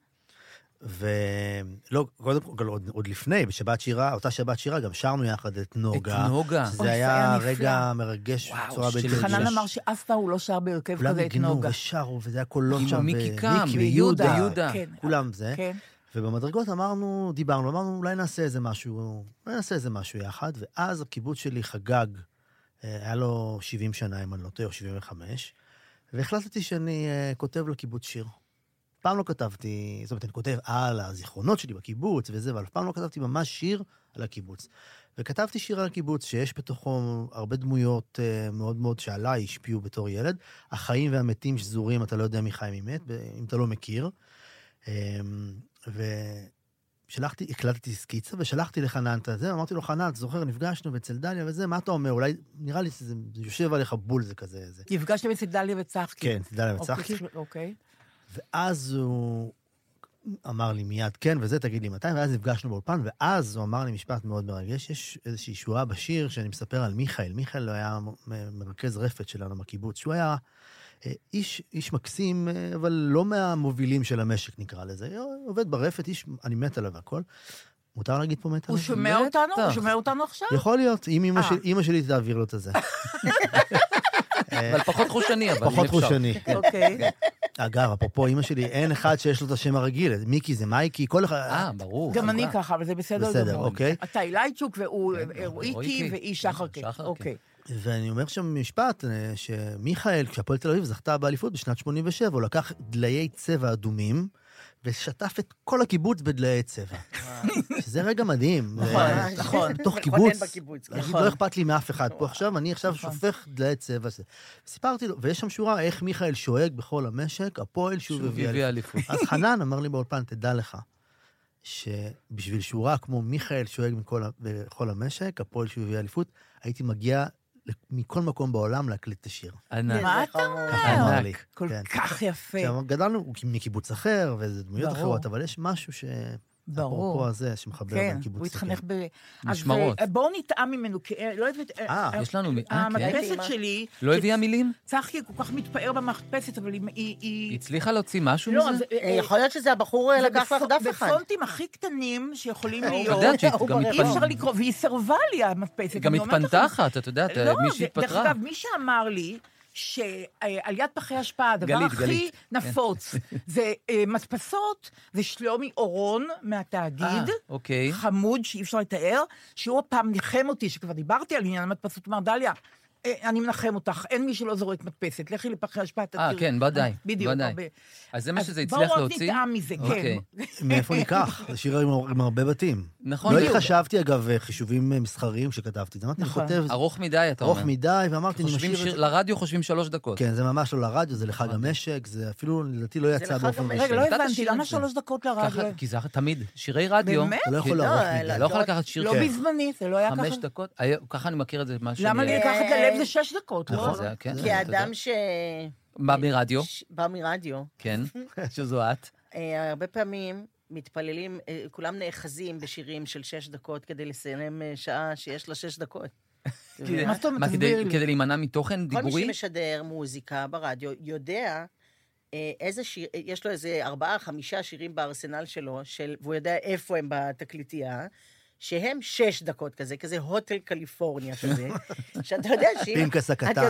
ולא, קודם כל, עוד לפני, בשבת שירה, אותה שבת שירה, גם שרנו יחד את נוגה. את נוגה. זה היה רגע מרגש בצורה בלתי רגילה. חנן אמר שאף פעם הוא לא שר בהרכב כזה את נוגה. כולם גינו ושרו, וזה היה קולות שם. עם מיקי קם, ויהודה. כולם זה. ובמדרגות דיברנו, אולי נעשה איזה משהו יחד, ואז הקיבוץ שלי חגג, היה לו 70 שנה, אם אני לא טועה, או 75, והחלטתי שאני כותב לקיבוץ שיר. פעם לא כתבתי, זאת אומרת, אני כותב על הזיכרונות שלי בקיבוץ וזה, אבל פעם לא כתבתי ממש שיר על הקיבוץ. וכתבתי שיר על הקיבוץ, שיש בתוכו הרבה דמויות מאוד מאוד שעליי השפיעו בתור ילד. החיים והמתים שזורים, אתה לא יודע מי חי מי מת, אם אתה לא מכיר. הקלטתי סקיצה, ושלחתי לחנן את זה, אמרתי לו, חנן, אתה זוכר, נפגשנו אצל דליה וזה, מה אתה אומר? אולי, נראה לי שזה יושב עליך בול, זה כזה. נפגשתם אצל דליה וצחקי. כן, אצל דליה וצחקי. אוקיי. ואז הוא אמר לי מיד כן, וזה תגיד לי מתי, ואז נפגשנו באולפן, ואז הוא אמר לי משפט מאוד מרגש, יש איזושהי שורה בשיר שאני מספר על מיכאל. מיכאל היה מרכז רפת שלנו בקיבוץ, שהוא היה איש מקסים, אבל לא מהמובילים של המשק נקרא לזה, עובד ברפת, אני מת עליו הכל. מותר להגיד פה מת עליו? הוא שומע אותנו? הוא שומע אותנו עכשיו? יכול להיות, אם אמא שלי תעביר לו את זה. אבל פחות חושני, אבל פחות חושני. אוקיי. אגב, אפרופו אמא שלי, אין אחד שיש לו את השם הרגיל, מיקי זה מייקי, כל אחד... ברור. גם אני ככה, אבל זה בסדר. בסדר, אוקיי. אתה אילייצ'וק והוא איטי ואי שחרקה. אוקיי. ואני אומר שם משפט, שמיכאל, כשהפועל תל אביב זכתה באליפות בשנת 87, הוא לקח דליי צבע אדומים, ושטף את כל הקיבוץ בדליי צבע. שזה רגע מדהים. נכון. בתוך קיבוץ. לא אכפת לי מאף אחד פה עכשיו, אני עכשיו שופך דליי צבע. סיפרתי לו, ויש שם שורה, איך מיכאל שואג בכל המשק, הפועל שוב הביא אליפות. אז חנן אמר לי באולפן, תדע לך, שבשביל שורה כמו מיכאל שואג בכל המשק, הפועל שוב הביא אליפות, הייתי מגיע מכל מקום בעולם להקליט את השיר. מה אתה אומר? כל כך יפה. גדלנו מקיבוץ אחר, וזה דמויות אחרות, אבל יש משהו אפרופו הזה, שמחבר בין קיבוץ. הוא התחנך משמרות. בואו נטעם ממנו, לא יודעת, יש לנו... המדפסת שלי... לא הביאה מילים? צחקי כל כך מתפאר במדפסת, אבל היא... הצליחה להוציא משהו מזה? יכול להיות שזה הבחור לקח לך דף אחד. בפונטים הכי קטנים שיכולים להיות. אי אפשר לקרוא, והיא סרבה לי המדפסת. גם התפנתחת, אתה יודעת, מי שהתפטרה. דרך אגב, מי שאמר לי, שעל יד פחי השפעה, הדבר הכי נפוץ, זה מדפסות, זה שלומי אורון מהתאגיד, חמוד שאי אפשר לתאר, שהוא הפעם ניחם אותי, שכבר דיברתי על עניין המדפסות, אמר דליה, אני מנחם אותך, אין מי שלא זורק מדפסת, לכי לפחי השפעה, תתראי. כן, ודאי. בדיוק. אז זה מה שזה הצליח להוציא? בואו נטעם מזה, כן. מאיפה ניקח? זה שיר עם הרבה בתים. נכון. לא התחשבתי, אגב, חישובים מסחריים שכתבתי. אני כותב... ארוך מדי, אתה אומר. ארוך מדי, ואמרתי, אני משאיר את זה... לרדיו חושבים 3 דקות. כן, זה ממש לא לרדיו, זה לחג המשק, זה אפילו, לדעתי, לא יצא באופן ראשון. רגע, לא הבנתי, למה 3 דקות לרדיו? כי זה תמיד, שירי רדיו. באמת? אתה לא יכול לערוך מדי. לא יכול לקחת שיר. לא בזמני, זה לא היה ככה. 5 דקות. ככה אני מכיר את זה. למה לי לקחת ללב זה 6 דקות? כי האדם ש... בא מרדיו. בא מרדיו. כן, שזו את. הרבה פעמים מתפללים, כולם נאחזים בשירים של 6 דקות כדי לסיים שעה שיש לה 6 דקות. מה זאת אומרת? תסביר לי. כדי להימנע מתוכן דיבורי? כל מי שמשדר מוזיקה ברדיו יודע איזה שיר, יש לו איזה 4-5 שירים בארסנל שלו, והוא יודע איפה הם בתקליטייה, שהם 6 דקות כזה הוטל קליפורניה כזה, שאתה יודע שאם... פינקס הקטן. את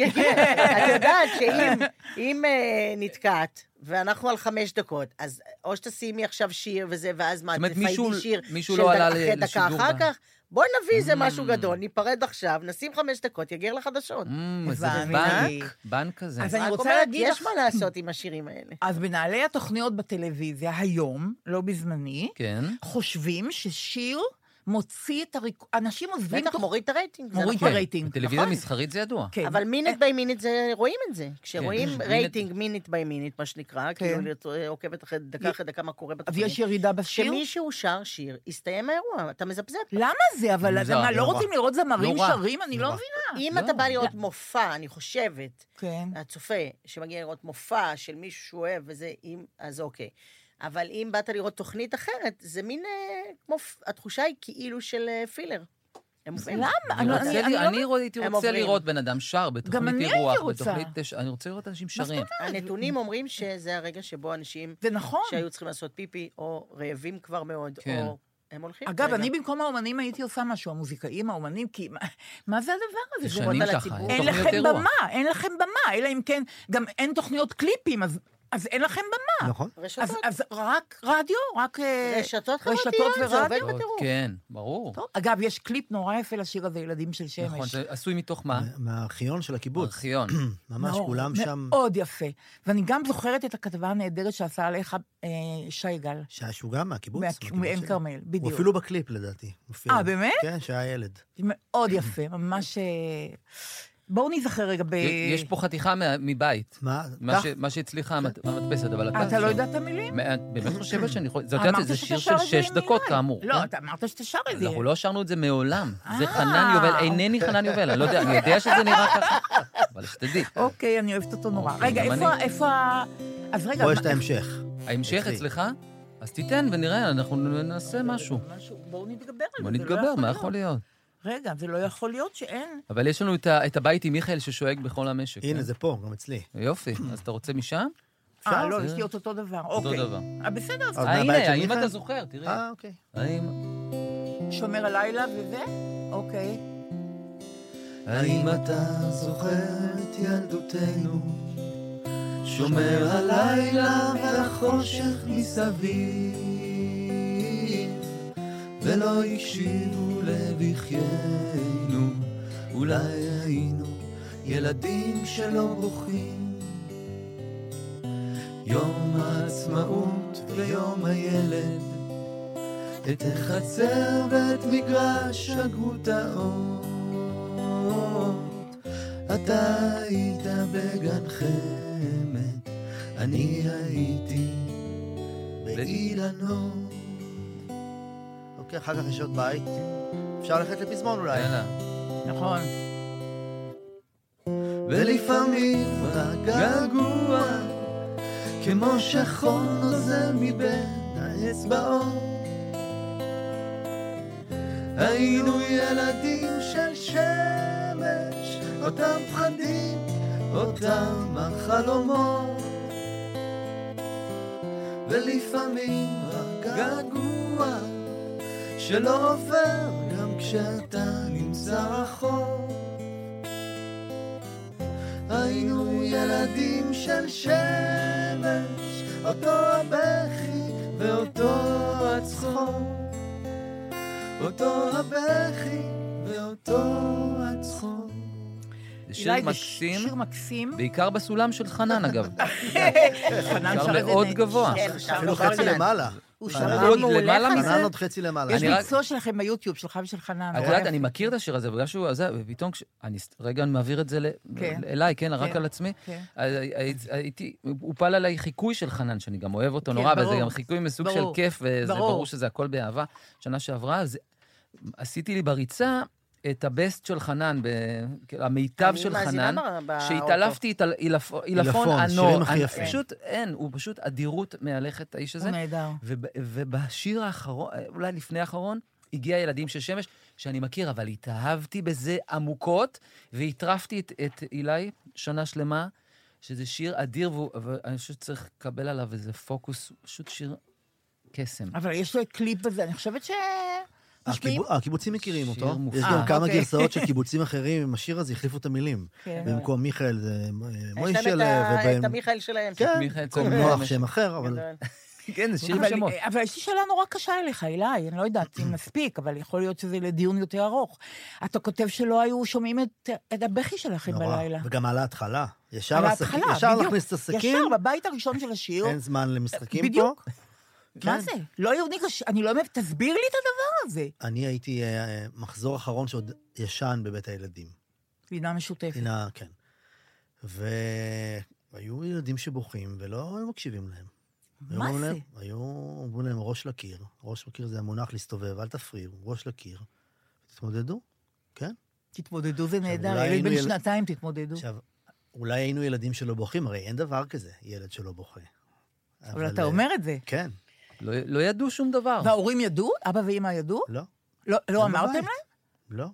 יודעת שאם נתקעת, ואנחנו על 5 דקות, אז או שתשימי עכשיו שיר וזה, ואז מה, תפיידי שיר של דקה אחר כך, בואי נביא איזה משהו גדול, ניפרד עכשיו, נשים 5 דקות, יגר לחדשות. זה בנק כזה. אז אני רוצה להגיד... יש מה לעשות עם השירים האלה. אז מנהלי התוכניות בטלוויזיה, היום, לא בזמני, כן. חושבים ששיר מוציא את אנשים עוזבים... בטח, מוריד את הרייטינג. מוריד את הרייטינג. בטלוויזיה מסחרית זה ידוע. אבל מינט ביי מינט רואים את זה. כשרואים רייטינג מינט ביי מינט, מה שנקרא, כאילו עוקבת אחרי דקה מה קורה בתוכנית. אז יש ירידה בשיר? שמישהו שר שיר, הסתיים האירוע, אתה מזפזפ. למה זה? אבל לא רוצים לראות זמרים שרים? אני לא מבינה. אם אתה בא לראות מופע, אני חושבת, הצופה שמגיע לראות מופע של מישהו שהוא אוהב וזה, אז אוקיי. אבל אם באת לראות תוכנית אחרת, זה מין, התחושה היא כאילו של פילר. למה? אני הייתי רוצה לראות בן אדם שר בתוכנית אירוח, אני רוצה לראות אנשים שרים. הנתונים אומרים שזה הרגע שבו אנשים שהיו צריכים לעשות פיפי, או רעבים כבר מאוד, או הם הולכים. אגב, אני במקום האומנים הייתי עושה משהו, המוזיקאים, האומנים, כי מה זה הדבר הזה? זה שנים ככה, אין לכם במה, אלא אם כן, גם אין תוכניות קליפים, אז אין לכם במה. נכון. אז רק רדיו, רק רשתות חברתיות, זה עובד בטירוף. כן, ברור. אגב, יש קליפ נורא יפה לשיר הזה, ילדים של שמש. נכון, זה עשוי מתוך מה? מהארכיון של הקיבוץ. הארכיון. ממש כולם שם. מאוד יפה. ואני גם זוכרת את הכתבה הנהדרת שעשה עליך שי גל. שהוא גם מהקיבוץ. מעין כרמל, בדיוק. הוא אפילו בקליפ לדעתי. באמת? כן, שהיה ילד. מאוד יפה, ממש... בואו נזכר רגע יש פה חתיכה מבית. מה שהצליחה המדפסת, אבל אתה לא יודע את המילים? באמת חושבת שאני יכול... זה שיר של 6 דקות כאמור. לא, אתה אמרת שאתה שר את זה. אנחנו לא שרנו את זה מעולם. זה חנן יובל, אינני חנן יובל. אני לא יודע, אני יודע שזה נראה ככה. אבל שתדעי. אוקיי, אני אוהבת אותו נורא. רגע, איפה... אז רגע... פה יש את ההמשך. ההמשך אצלך? אז תיתן ונראה, אנחנו נעשה משהו. בואו נתגבר על זה. בואו נתגבר, מה יכול להיות? רגע, זה לא יכול להיות שאין. אבל יש לנו את הבית עם מיכאל ששואג בכל המשק. הנה, זה פה, גם אצלי. יופי, אז אתה רוצה משם? לא, יש לי אותו דבר. אותו דבר. בסדר. הנה, האם אתה זוכר, תראה. אוקיי. שומר הלילה וזה? אוקיי. האם אתה זוכר את ילדותנו, שומר הלילה והחושך מסביב, ולא הקשיבו לבכיינו, אולי היינו ילדים שלא בוכים. יום העצמאות ויום הילד, את החצר ואת מגרש הגרוטאות, אתה היית בגן חמד, אני הייתי באילנות. אוקיי, אחר כך יש עוד בית. אפשר ללכת לפזמון אולי. נכון. ולפעמים הגעגוע, כמו שחור נוזל מבין האצבעות, היינו ילדים של שמש, אותם פחדים, אותם החלומות. ולפעמים הגעגוע שלא עובר גם כשאתה נמצא רחוק, היינו ילדים של שמש, אותו הבכי ואותו הצחוק, אותו הבכי ואותו הצחוק. זה שיר מקסים. שיר מקסים. בעיקר בסולם של חנן, אגב. חנן שר מאוד גבוה. אפילו חצי למעלה. הוא שר למעלה מזה. חנן עוד חצי למעלה. יש ביצוע שלכם ביוטיוב, שלך ושל חנן. את יודעת, אני מכיר את השיר הזה, בגלל שהוא עזב, ופתאום, רגע, אני מעביר את זה אליי, כן, רק על עצמי. הוא פעל עליי חיקוי של חנן, שאני גם אוהב אותו נורא, וזה גם חיקוי מסוג של כיף, וזה ברור שזה הכל באהבה. שנה שעברה, עשיתי לי בריצה את הבסט של חנן, המיטב של חנן, שהתעלפתי את עילפון ענו. פשוט אין, הוא פשוט אדירות מהלכת האיש הזה. הוא נהדר. ובשיר האחרון, אולי לפני האחרון, הגיע ילדים של שמש, שאני מכיר, אבל התאהבתי בזה עמוקות, והטרפתי את אילי שנה שלמה, שזה שיר אדיר, ואני חושב שצריך לקבל עליו איזה פוקוס, פשוט שיר קסם. אבל יש לו קליפ בזה, אני חושבת ש... הקיבוצים מכירים אותו. יש גם כמה גרסאות של קיבוצים אחרים, עם השיר הזה החליפו את המילים. במקום מיכאל זה מוישל. יש להם את המיכאל שלהם. כן, כל נוח שם אחר, אבל... כן, זה שיר בשמות. אבל יש לי שאלה נורא קשה אליך, אליי, אני לא יודעת אם נספיק, אבל יכול להיות שזה לדיון יותר ארוך. אתה כותב שלא היו שומעים את הבכי שלכם בלילה. וגם על ההתחלה. ישר להכניס את הסכין. ישר, בבית הראשון של השיר. אין זמן למשחקים פה. בדיוק. מה זה? לא יהודי, אני לא אומרת, תסביר לי את הדבר הזה. אני הייתי מחזור אחרון שעוד ישן בבית הילדים. לינה משותפת. לינה, כן. והיו ילדים שבוכים ולא היו מקשיבים להם. מה זה? היו אומרים להם ראש לקיר. ראש לקיר זה המונח להסתובב, אל תפריעו, ראש לקיר. תתמודדו, כן? תתמודדו זה נהדר, ילד בן שנתיים תתמודדו. עכשיו, אולי היינו ילדים שלא בוחים, הרי אין דבר כזה, ילד שלא בוכה. אבל אתה אומר את זה. כן. לא ידעו שום דבר. וההורים ידעו? אבא ואמא ידעו? לא. לא אמרתם להם? לא.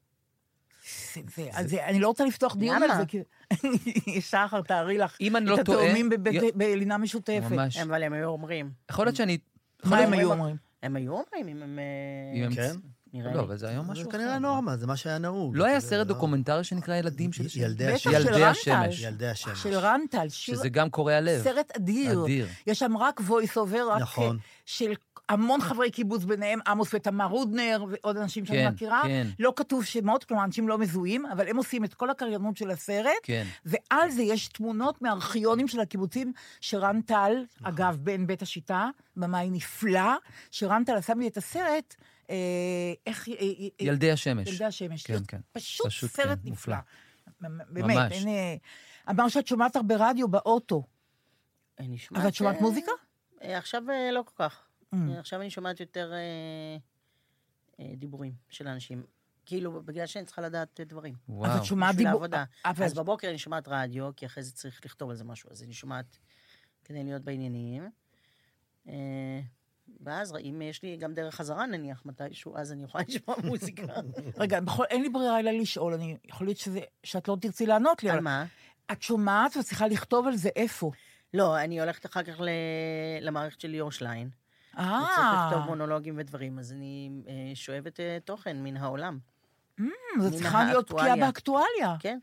אני לא רוצה לפתוח דיון על זה, כי שחר, תארי לך את התאומים בלינה משותפת. ממש. אבל הם היו אומרים. יכול להיות שאני... מה הם היו אומרים? הם היו אומרים, אם הם... כן? לא, אבל זה היום משהו אחר. זה כנראה נורמה, זה מה שהיה נהוג. לא היה סרט דוקומנטרי שנקרא ילדים של... ילדי השמש. ילדי השמש. של רנטל. שזה גם קורא הלב. סרט אדיר. יש שם רק voice over, רק של המון חברי קיבוץ ביניהם, עמוס ותמר רודנר, ועוד אנשים שאני מכירה. לא כתוב שמות, כלומר אנשים לא מזוהים, אבל הם עושים את כל הקריינות של הסרט, ועל זה יש תמונות מארכיונים של הקיבוצים, שרנטל, אגב, בין בית השיטה, במאי נפלא, שרנטל עשה לי את הסרט, ילדי השמש. ילדי השמש. כן, כן. פשוט סרט נפלא. באמת. אמר שאת שומעת הרבה רדיו באוטו. אבל את שומעת מוזיקה? עכשיו לא כל כך. עכשיו אני שומעת יותר דיבורים של אנשים. כאילו, בגלל שאני צריכה לדעת דברים. אבל את שומעת דיבור... אז בבוקר אני שומעת רדיו, כי אחרי זה צריך לכתוב על זה משהו. אז אני שומעת כדי להיות בעניינים. ואז אם יש לי גם דרך חזרה נניח מתישהו, אז אני יכולה לשמוע מוזיקה. רגע, אין לי ברירה אלא לשאול, אני יכול להיות שאת לא תרצי לענות לי. על מה? את שומעת וצריכה לכתוב על זה איפה? לא, אני הולכת אחר כך למערכת של ליאור שליין. וצריך לכתוב מונולוגים ודברים, אז אני שואבת תוכן מן העולם. זה צריכה להיות פקיעה באקטואליה. כן.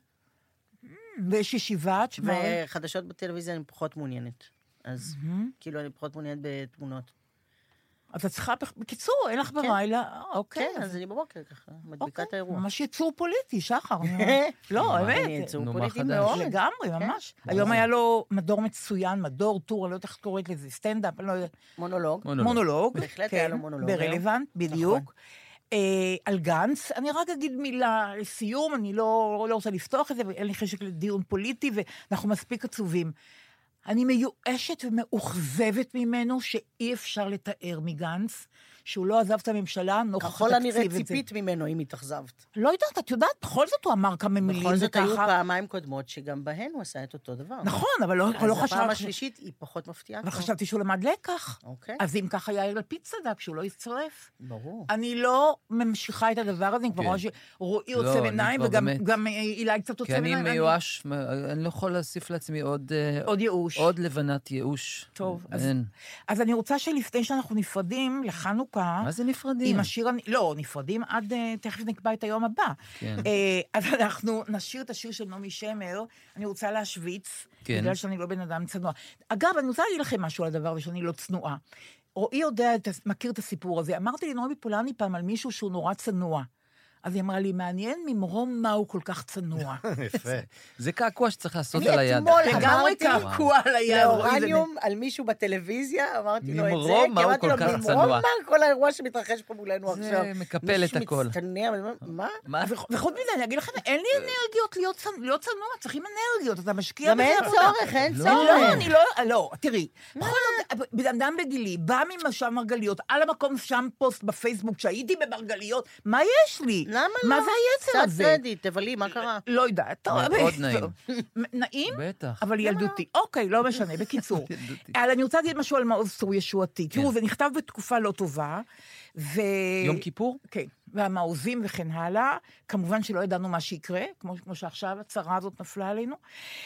ויש ישיבה, וחדשות בטלוויזיה אני פחות מעוניינת. אז כאילו אני פחות מעוניינת בתמונות. אתה צריכה, בקיצור, אין לך ברירה, אוקיי. כן, אז אני בבוקר ככה, מדביקה את האירוע. ממש יצור פוליטי, שחר. לא, באמת. יצור פוליטי מאוד. לגמרי, ממש. היום היה לו מדור מצוין, מדור, טור, אני לא יודעת איך קוראת לזה, סטנדאפ, אני לא יודעת. מונולוג. בהחלט היה לו מונולוג. ברלוונט, בדיוק. על גנץ, אני רק אגיד מילה לסיום, אני לא רוצה לפתוח את זה, ואין לי חשק לדיון פוליטי, ואנחנו מספיק עצובים. אני מיואשת ומאוכזבת ממנו שאי אפשר לתאר מגנץ, שהוא לא עזב את הממשלה נוכח התקציב. ככל הנראה ציפית ממנו אם התאכזבת. לא יודעת, את יודעת, בכל זאת הוא אמר כמה מילים. בכל זאת היו פעמיים קודמות שגם בהן הוא עשה את אותו דבר. נכון, אבל לא חשבתי... אז הפעם השלישית היא פחות מפתיעה. אבל חשבתי שהוא למד לקח. אוקיי. אז אם ככה יאיר לפיד צדק, שהוא לא יצטרף. ברור. אני לא ממשיכה את הדבר הזה, אני כבר רואה שרועי עוצם עיניים, וגם אילי קצת עוצם עיניים. כי אני מיואש, אני לא יכול להוסיף לעצמי עוד ייאוש. עוד לבנת ייאוש. טוב, אז אני רוצה שלפני שאנחנו נפרדים לחנוכה... מה זה נפרדים? עם השיר... לא, נפרדים עד תכף נקבע את היום הבא. כן. אז אנחנו נשיר את השיר של נעמי שמר, אני רוצה להשוויץ, בגלל שאני לא בן אדם צנוע. אגב, אני רוצה להגיד לכם משהו על הדבר ושאני לא צנועה. רועי מכיר את הסיפור הזה. אמרתי לי נעמי פולני פעם על מישהו שהוא נורא צנוע. אז היא אמרה לי, מעניין ממרום מה הוא כל כך צנוע. יפה. זה קעקוע שצריך לעשות על היד. לגמרי קעקוע על היד. לאורניום, על מישהו בטלוויזיה, אמרתי לו את זה. ממרום מה הוא כל כך צנוע. ממרום מה כל האירוע שמתרחש פה מולנו עכשיו. זה מקפל את הכל. מצטנע, מה? וחוץ מזה, אני אגיד לכם, אין לי אנרגיות להיות צנוע, צריכים אנרגיות, אתה משקיע גם אין צורך, אין צורך. לא, תראי, בן אדם בגילי, בא ממשל מרגליות, על המקום שם פוסט בפייסבוק, שהייתי במרגליות, מה יש לי? למה לא? מה זה היצר הזה? קצת קרדיט, תבלי, מה קרה? לא יודעת. מאוד נעים. נעים? בטח. אבל ילדותי. אוקיי, לא משנה, בקיצור. אני רוצה להגיד משהו על מעוז צור ישועתי. תראו, זה נכתב בתקופה לא טובה. יום כיפור? כן. והמעוזים וכן הלאה. כמובן שלא ידענו מה שיקרה, כמו שעכשיו הצרה הזאת נפלה עלינו.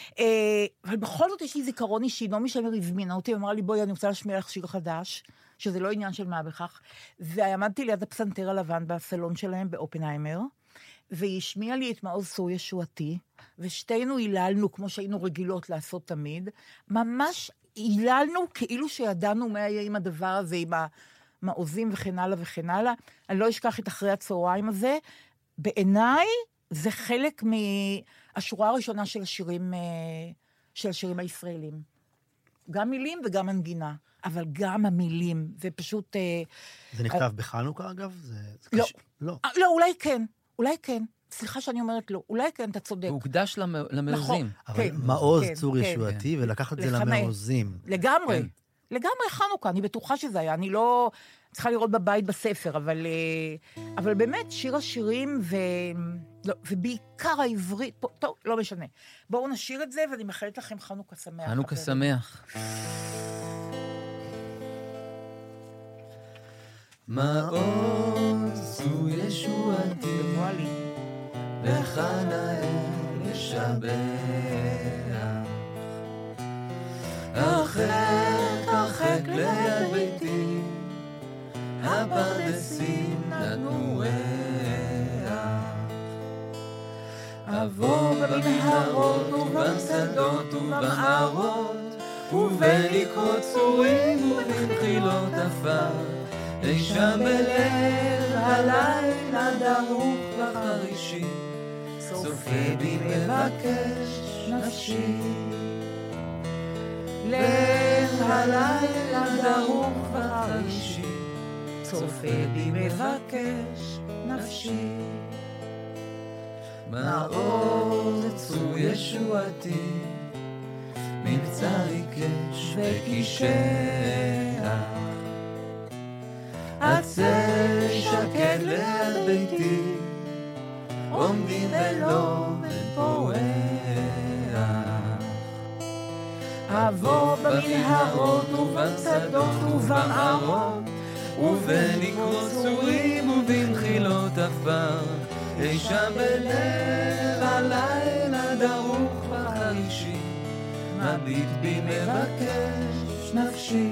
אבל בכל זאת יש לי זיכרון אישי. נעמי שמר הזמינה אותי, אמרה לי, בואי, אני רוצה להשמיע לך שיר חדש. שזה לא עניין של מה בכך, ועמדתי ליד הפסנתר הלבן בסלון שלהם באופנהיימר, והיא השמיעה לי את מעוז צור ישועתי, ושתינו היללנו כמו שהיינו רגילות לעשות תמיד, ממש היללנו כאילו שידענו מה יהיה עם הדבר הזה, עם המעוזים וכן הלאה וכן הלאה. אני לא אשכח את אחרי הצהריים הזה. בעיניי זה חלק מהשורה הראשונה של השירים הישראלים. גם מילים וגם מנגינה. אבל גם המילים, זה פשוט... זה נכתב בחנוכה, אגב? לא. לא. לא, אולי כן. סליחה שאני אומרת לא, אולי כן, אתה צודק. הוא הוקדש למעוזים. אבל מעוז צור ישועתי, ולקחת את זה למעוזים. לגמרי. לגמרי חנוכה, אני בטוחה שזה היה, אני לא צריכה לראות בבית בספר, אבל באמת שיר השירים ובעיקר העברית, טוב, לא משנה. בואו נשיר את זה, ואני מאחלת לכם חנוכה שמח. חנוכה שמח. מעוז צור ישועתי, לך נאה לשבח. הרחק ליד ביתי, הפרדסים נתנו ריח. אבוא במנהרות ובשדות ובמערות, ובנקרות צורים ובמחילות עפר, אי שם בלב הלילה דרוך וחרישי, צופה בי מבקש נפשי. לב הלילה דרוך וחרישי, צופה בי מבקש נפשי. מעוז צור ישועתי, מבצר עיקש וקישח. עצי שקט ליד ביתי, עומדים ולא פורח. אבוא במנהרות ובשדות ובמערות, ובנקרות צורים ובמחילות עפר, אי שם בלב הלילה דרוך בחרישי, מביט בי מבקש נפשי.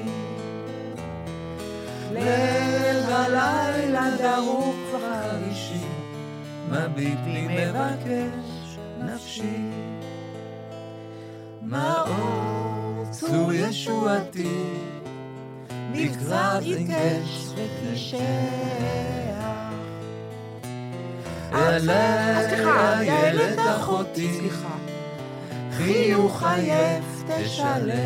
לב הלילה דרוך בחרישי, מביט בי מבקש נפשי. מעוז צור ישועתי, מבצר עיקש וקישח. סליחה, ילד אחותי, חיוך עייף תשלח.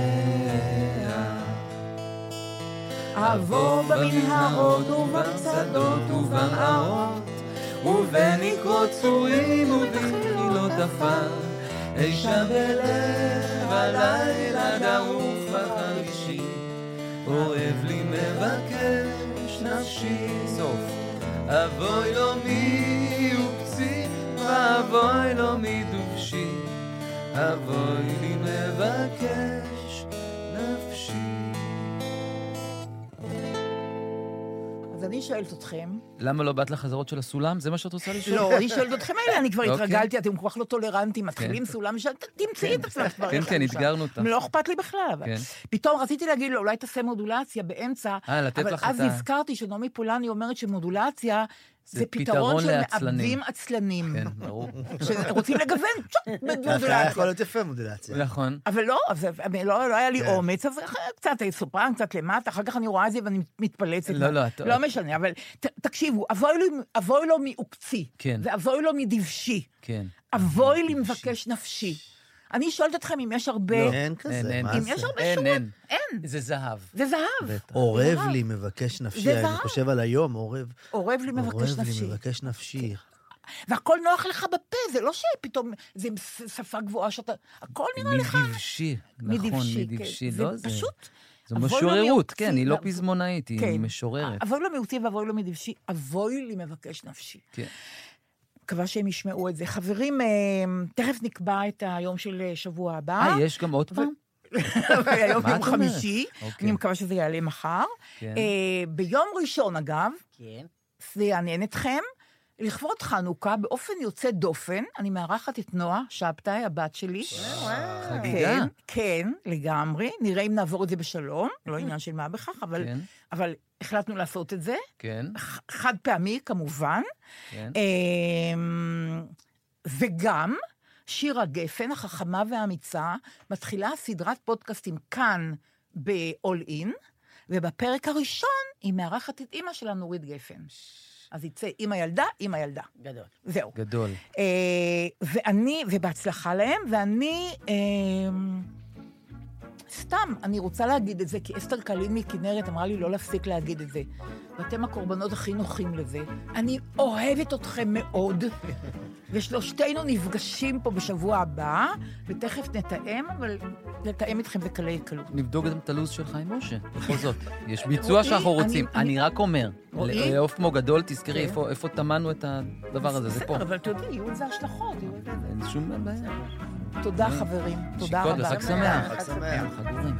אבוא במנהרות ובשדות ובמערות, ובנקרות צורים ובמחילות עפר, אי שם בלב הלילה דרוך בחרישי, אוהב לי מבקש נפשי. סוף. אבוי לו מי וקצי, ואבוי לו מי דובשי, אבוי לי מבקש נפשי. אז אני שואלת אתכם... למה לא באת לחזרות של הסולם? זה מה שאת רוצה לשאול? לא, אני שואלת אתכם אלה, אני כבר התרגלתי, אתם כל כך לא טולרנטים, מתחילים סולם, תמצאי את עצמך כבר. כן, כן, התגרנו אותך. לא אכפת לי בכלל, אבל... פתאום רציתי להגיד לו, אולי תעשה מודולציה באמצע, אבל אז הזכרתי שנעמי פולני אומרת שמודולציה זה פתרון של מעבדים עצלנים. כן, ברור. שרוצים לגוון במודולציה. יכול להיות יפה מודולציה. נכון. אבל לא היה לי אומץ, אז קצת סופרן, קצת למטה, אחר כך אני רואה את זה ואני מתפלצת. לא משנה, אבל תקשיבו, אבוי לו מעוקצי, ואבוי לו מדבשי, אבוי לי מבקש נפשי. אני שואלת אתכם אם יש הרבה... אין כזה, מה זה? אם יש הרבה שורות, אין. זה זהב. זה זהב. עורב לי מבקש נפשי, אני חושב על היום, עורב לי מבקש נפשי. עורב לי מבקש נפשי. והכל נוח לך בפה, זה לא שפתאום זה שפה גבוהה שאתה... הכל נראה לך... מדבשי, נכון, מדבשי, לא זה... פשוט... זו משוררות, כן, היא לא פזמונאית, היא משוררת. אבוי לו מעוקצי ואבוי לו מדבשי, אבוי לי מבקש נפשי. כן. מקווה שהם ישמעו את זה. חברים, תכף נקבע את היום של שבוע הבא. יש גם עוד פעם? היום יום חמישי, אני מקווה שזה יעלה מחר. ביום ראשון, אגב, זה יעניין אתכם, לכבוד חנוכה, באופן יוצא דופן, אני מארחת את נועה שבתאי, הבת שלי. חגיגה. כן, לגמרי. נראה אם נעבור את זה בשלום, לא עניין של מה בכך, אבל החלטנו לעשות את זה. כן. חד פעמי, כמובן. כן. וגם שיר הגפן, החכמה והאמיצה, מתחילה סדרת פודקאסטים כאן ב-All In, ובפרק הראשון היא מארחת את אמא שלה, נורית גפן. אז יצא אמא ילדה. גדול. זהו. גדול. ובהצלחה להם, ואני סתם, אני רוצה להגיד את זה, כי אסתר קלין מכנרת אמרה לי לא להפסיק להגיד את זה. ואתם הקורבנות הכי נוחים לזה. אני אוהבת אתכם מאוד, ושלושתנו נפגשים פה בשבוע הבא, ותכף נתאם, אבל לתאם איתכם זה קלי קלות. נבדוק גם את הלו"ז של חיים משה, בכל זאת. יש ביצוע שאנחנו רוצים. אני רק אומר, לעוף כמו גדול, תזכרי איפה תמנו את הדבר הזה, זה פה. בסדר, אבל אתה יודע, יהיו לזה השלכות. אין שום בעיה. תודה חברים, תודה רבה. חג שמח. חג שמח. חג אורים.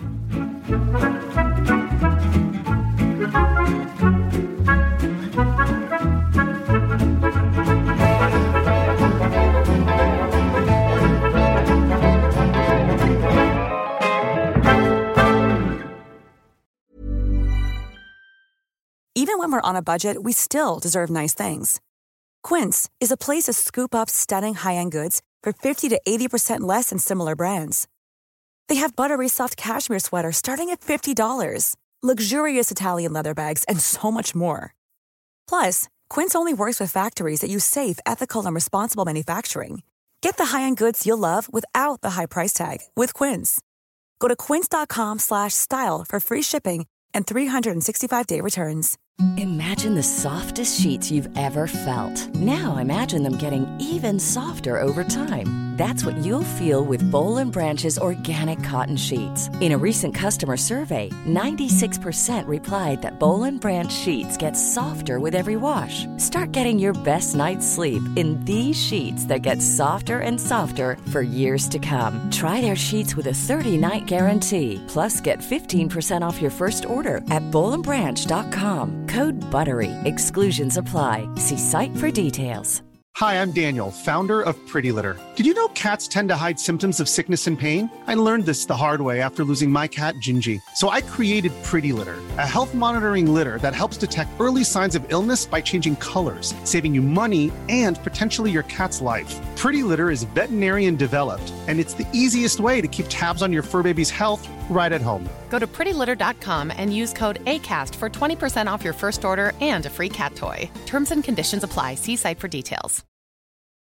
Even when we're on a budget, we still deserve nice things. Quince is a place to scoop up stunning high-end goods for 50 to 80% less than similar brands. They have buttery soft cashmere sweaters starting at $50, luxurious Italian leather bags, and so much more. Plus, Quince only works with factories that use safe, ethical, and responsible manufacturing. Get the high-end goods you'll love without the high price tag with Quince. Go to quince.com/style for free shipping and 365-day returns. Imagine the softest sheets you've ever felt. Now imagine them getting even softer over time. That's what you'll feel with Boll & Branch's organic cotton sheets. In a recent customer survey, 96% replied that Boll & Branch sheets get softer with every wash. Start getting your best night's sleep in these sheets that get softer and softer for years to come. Try their sheets with a 30-night guarantee. Plus, get 15% off your first order at bollandbranch.com. Code BUTTERY. Exclusions apply. See site for details. Hi, I'm Daniel, founder of Pretty Litter. Did you know cats tend to hide symptoms of sickness and pain? I learned this the hard way after losing my cat, Gingy. So I created Pretty Litter, a health monitoring litter that helps detect early signs of illness by changing colors, saving you money and potentially your cat's life. Pretty Litter is veterinarian developed, and it's the easiest way to keep tabs on your fur baby's health right at home. Go to prettylitter.com and use code ACAST for 20% off your first order and a free cat toy. Terms and conditions apply. See site for details.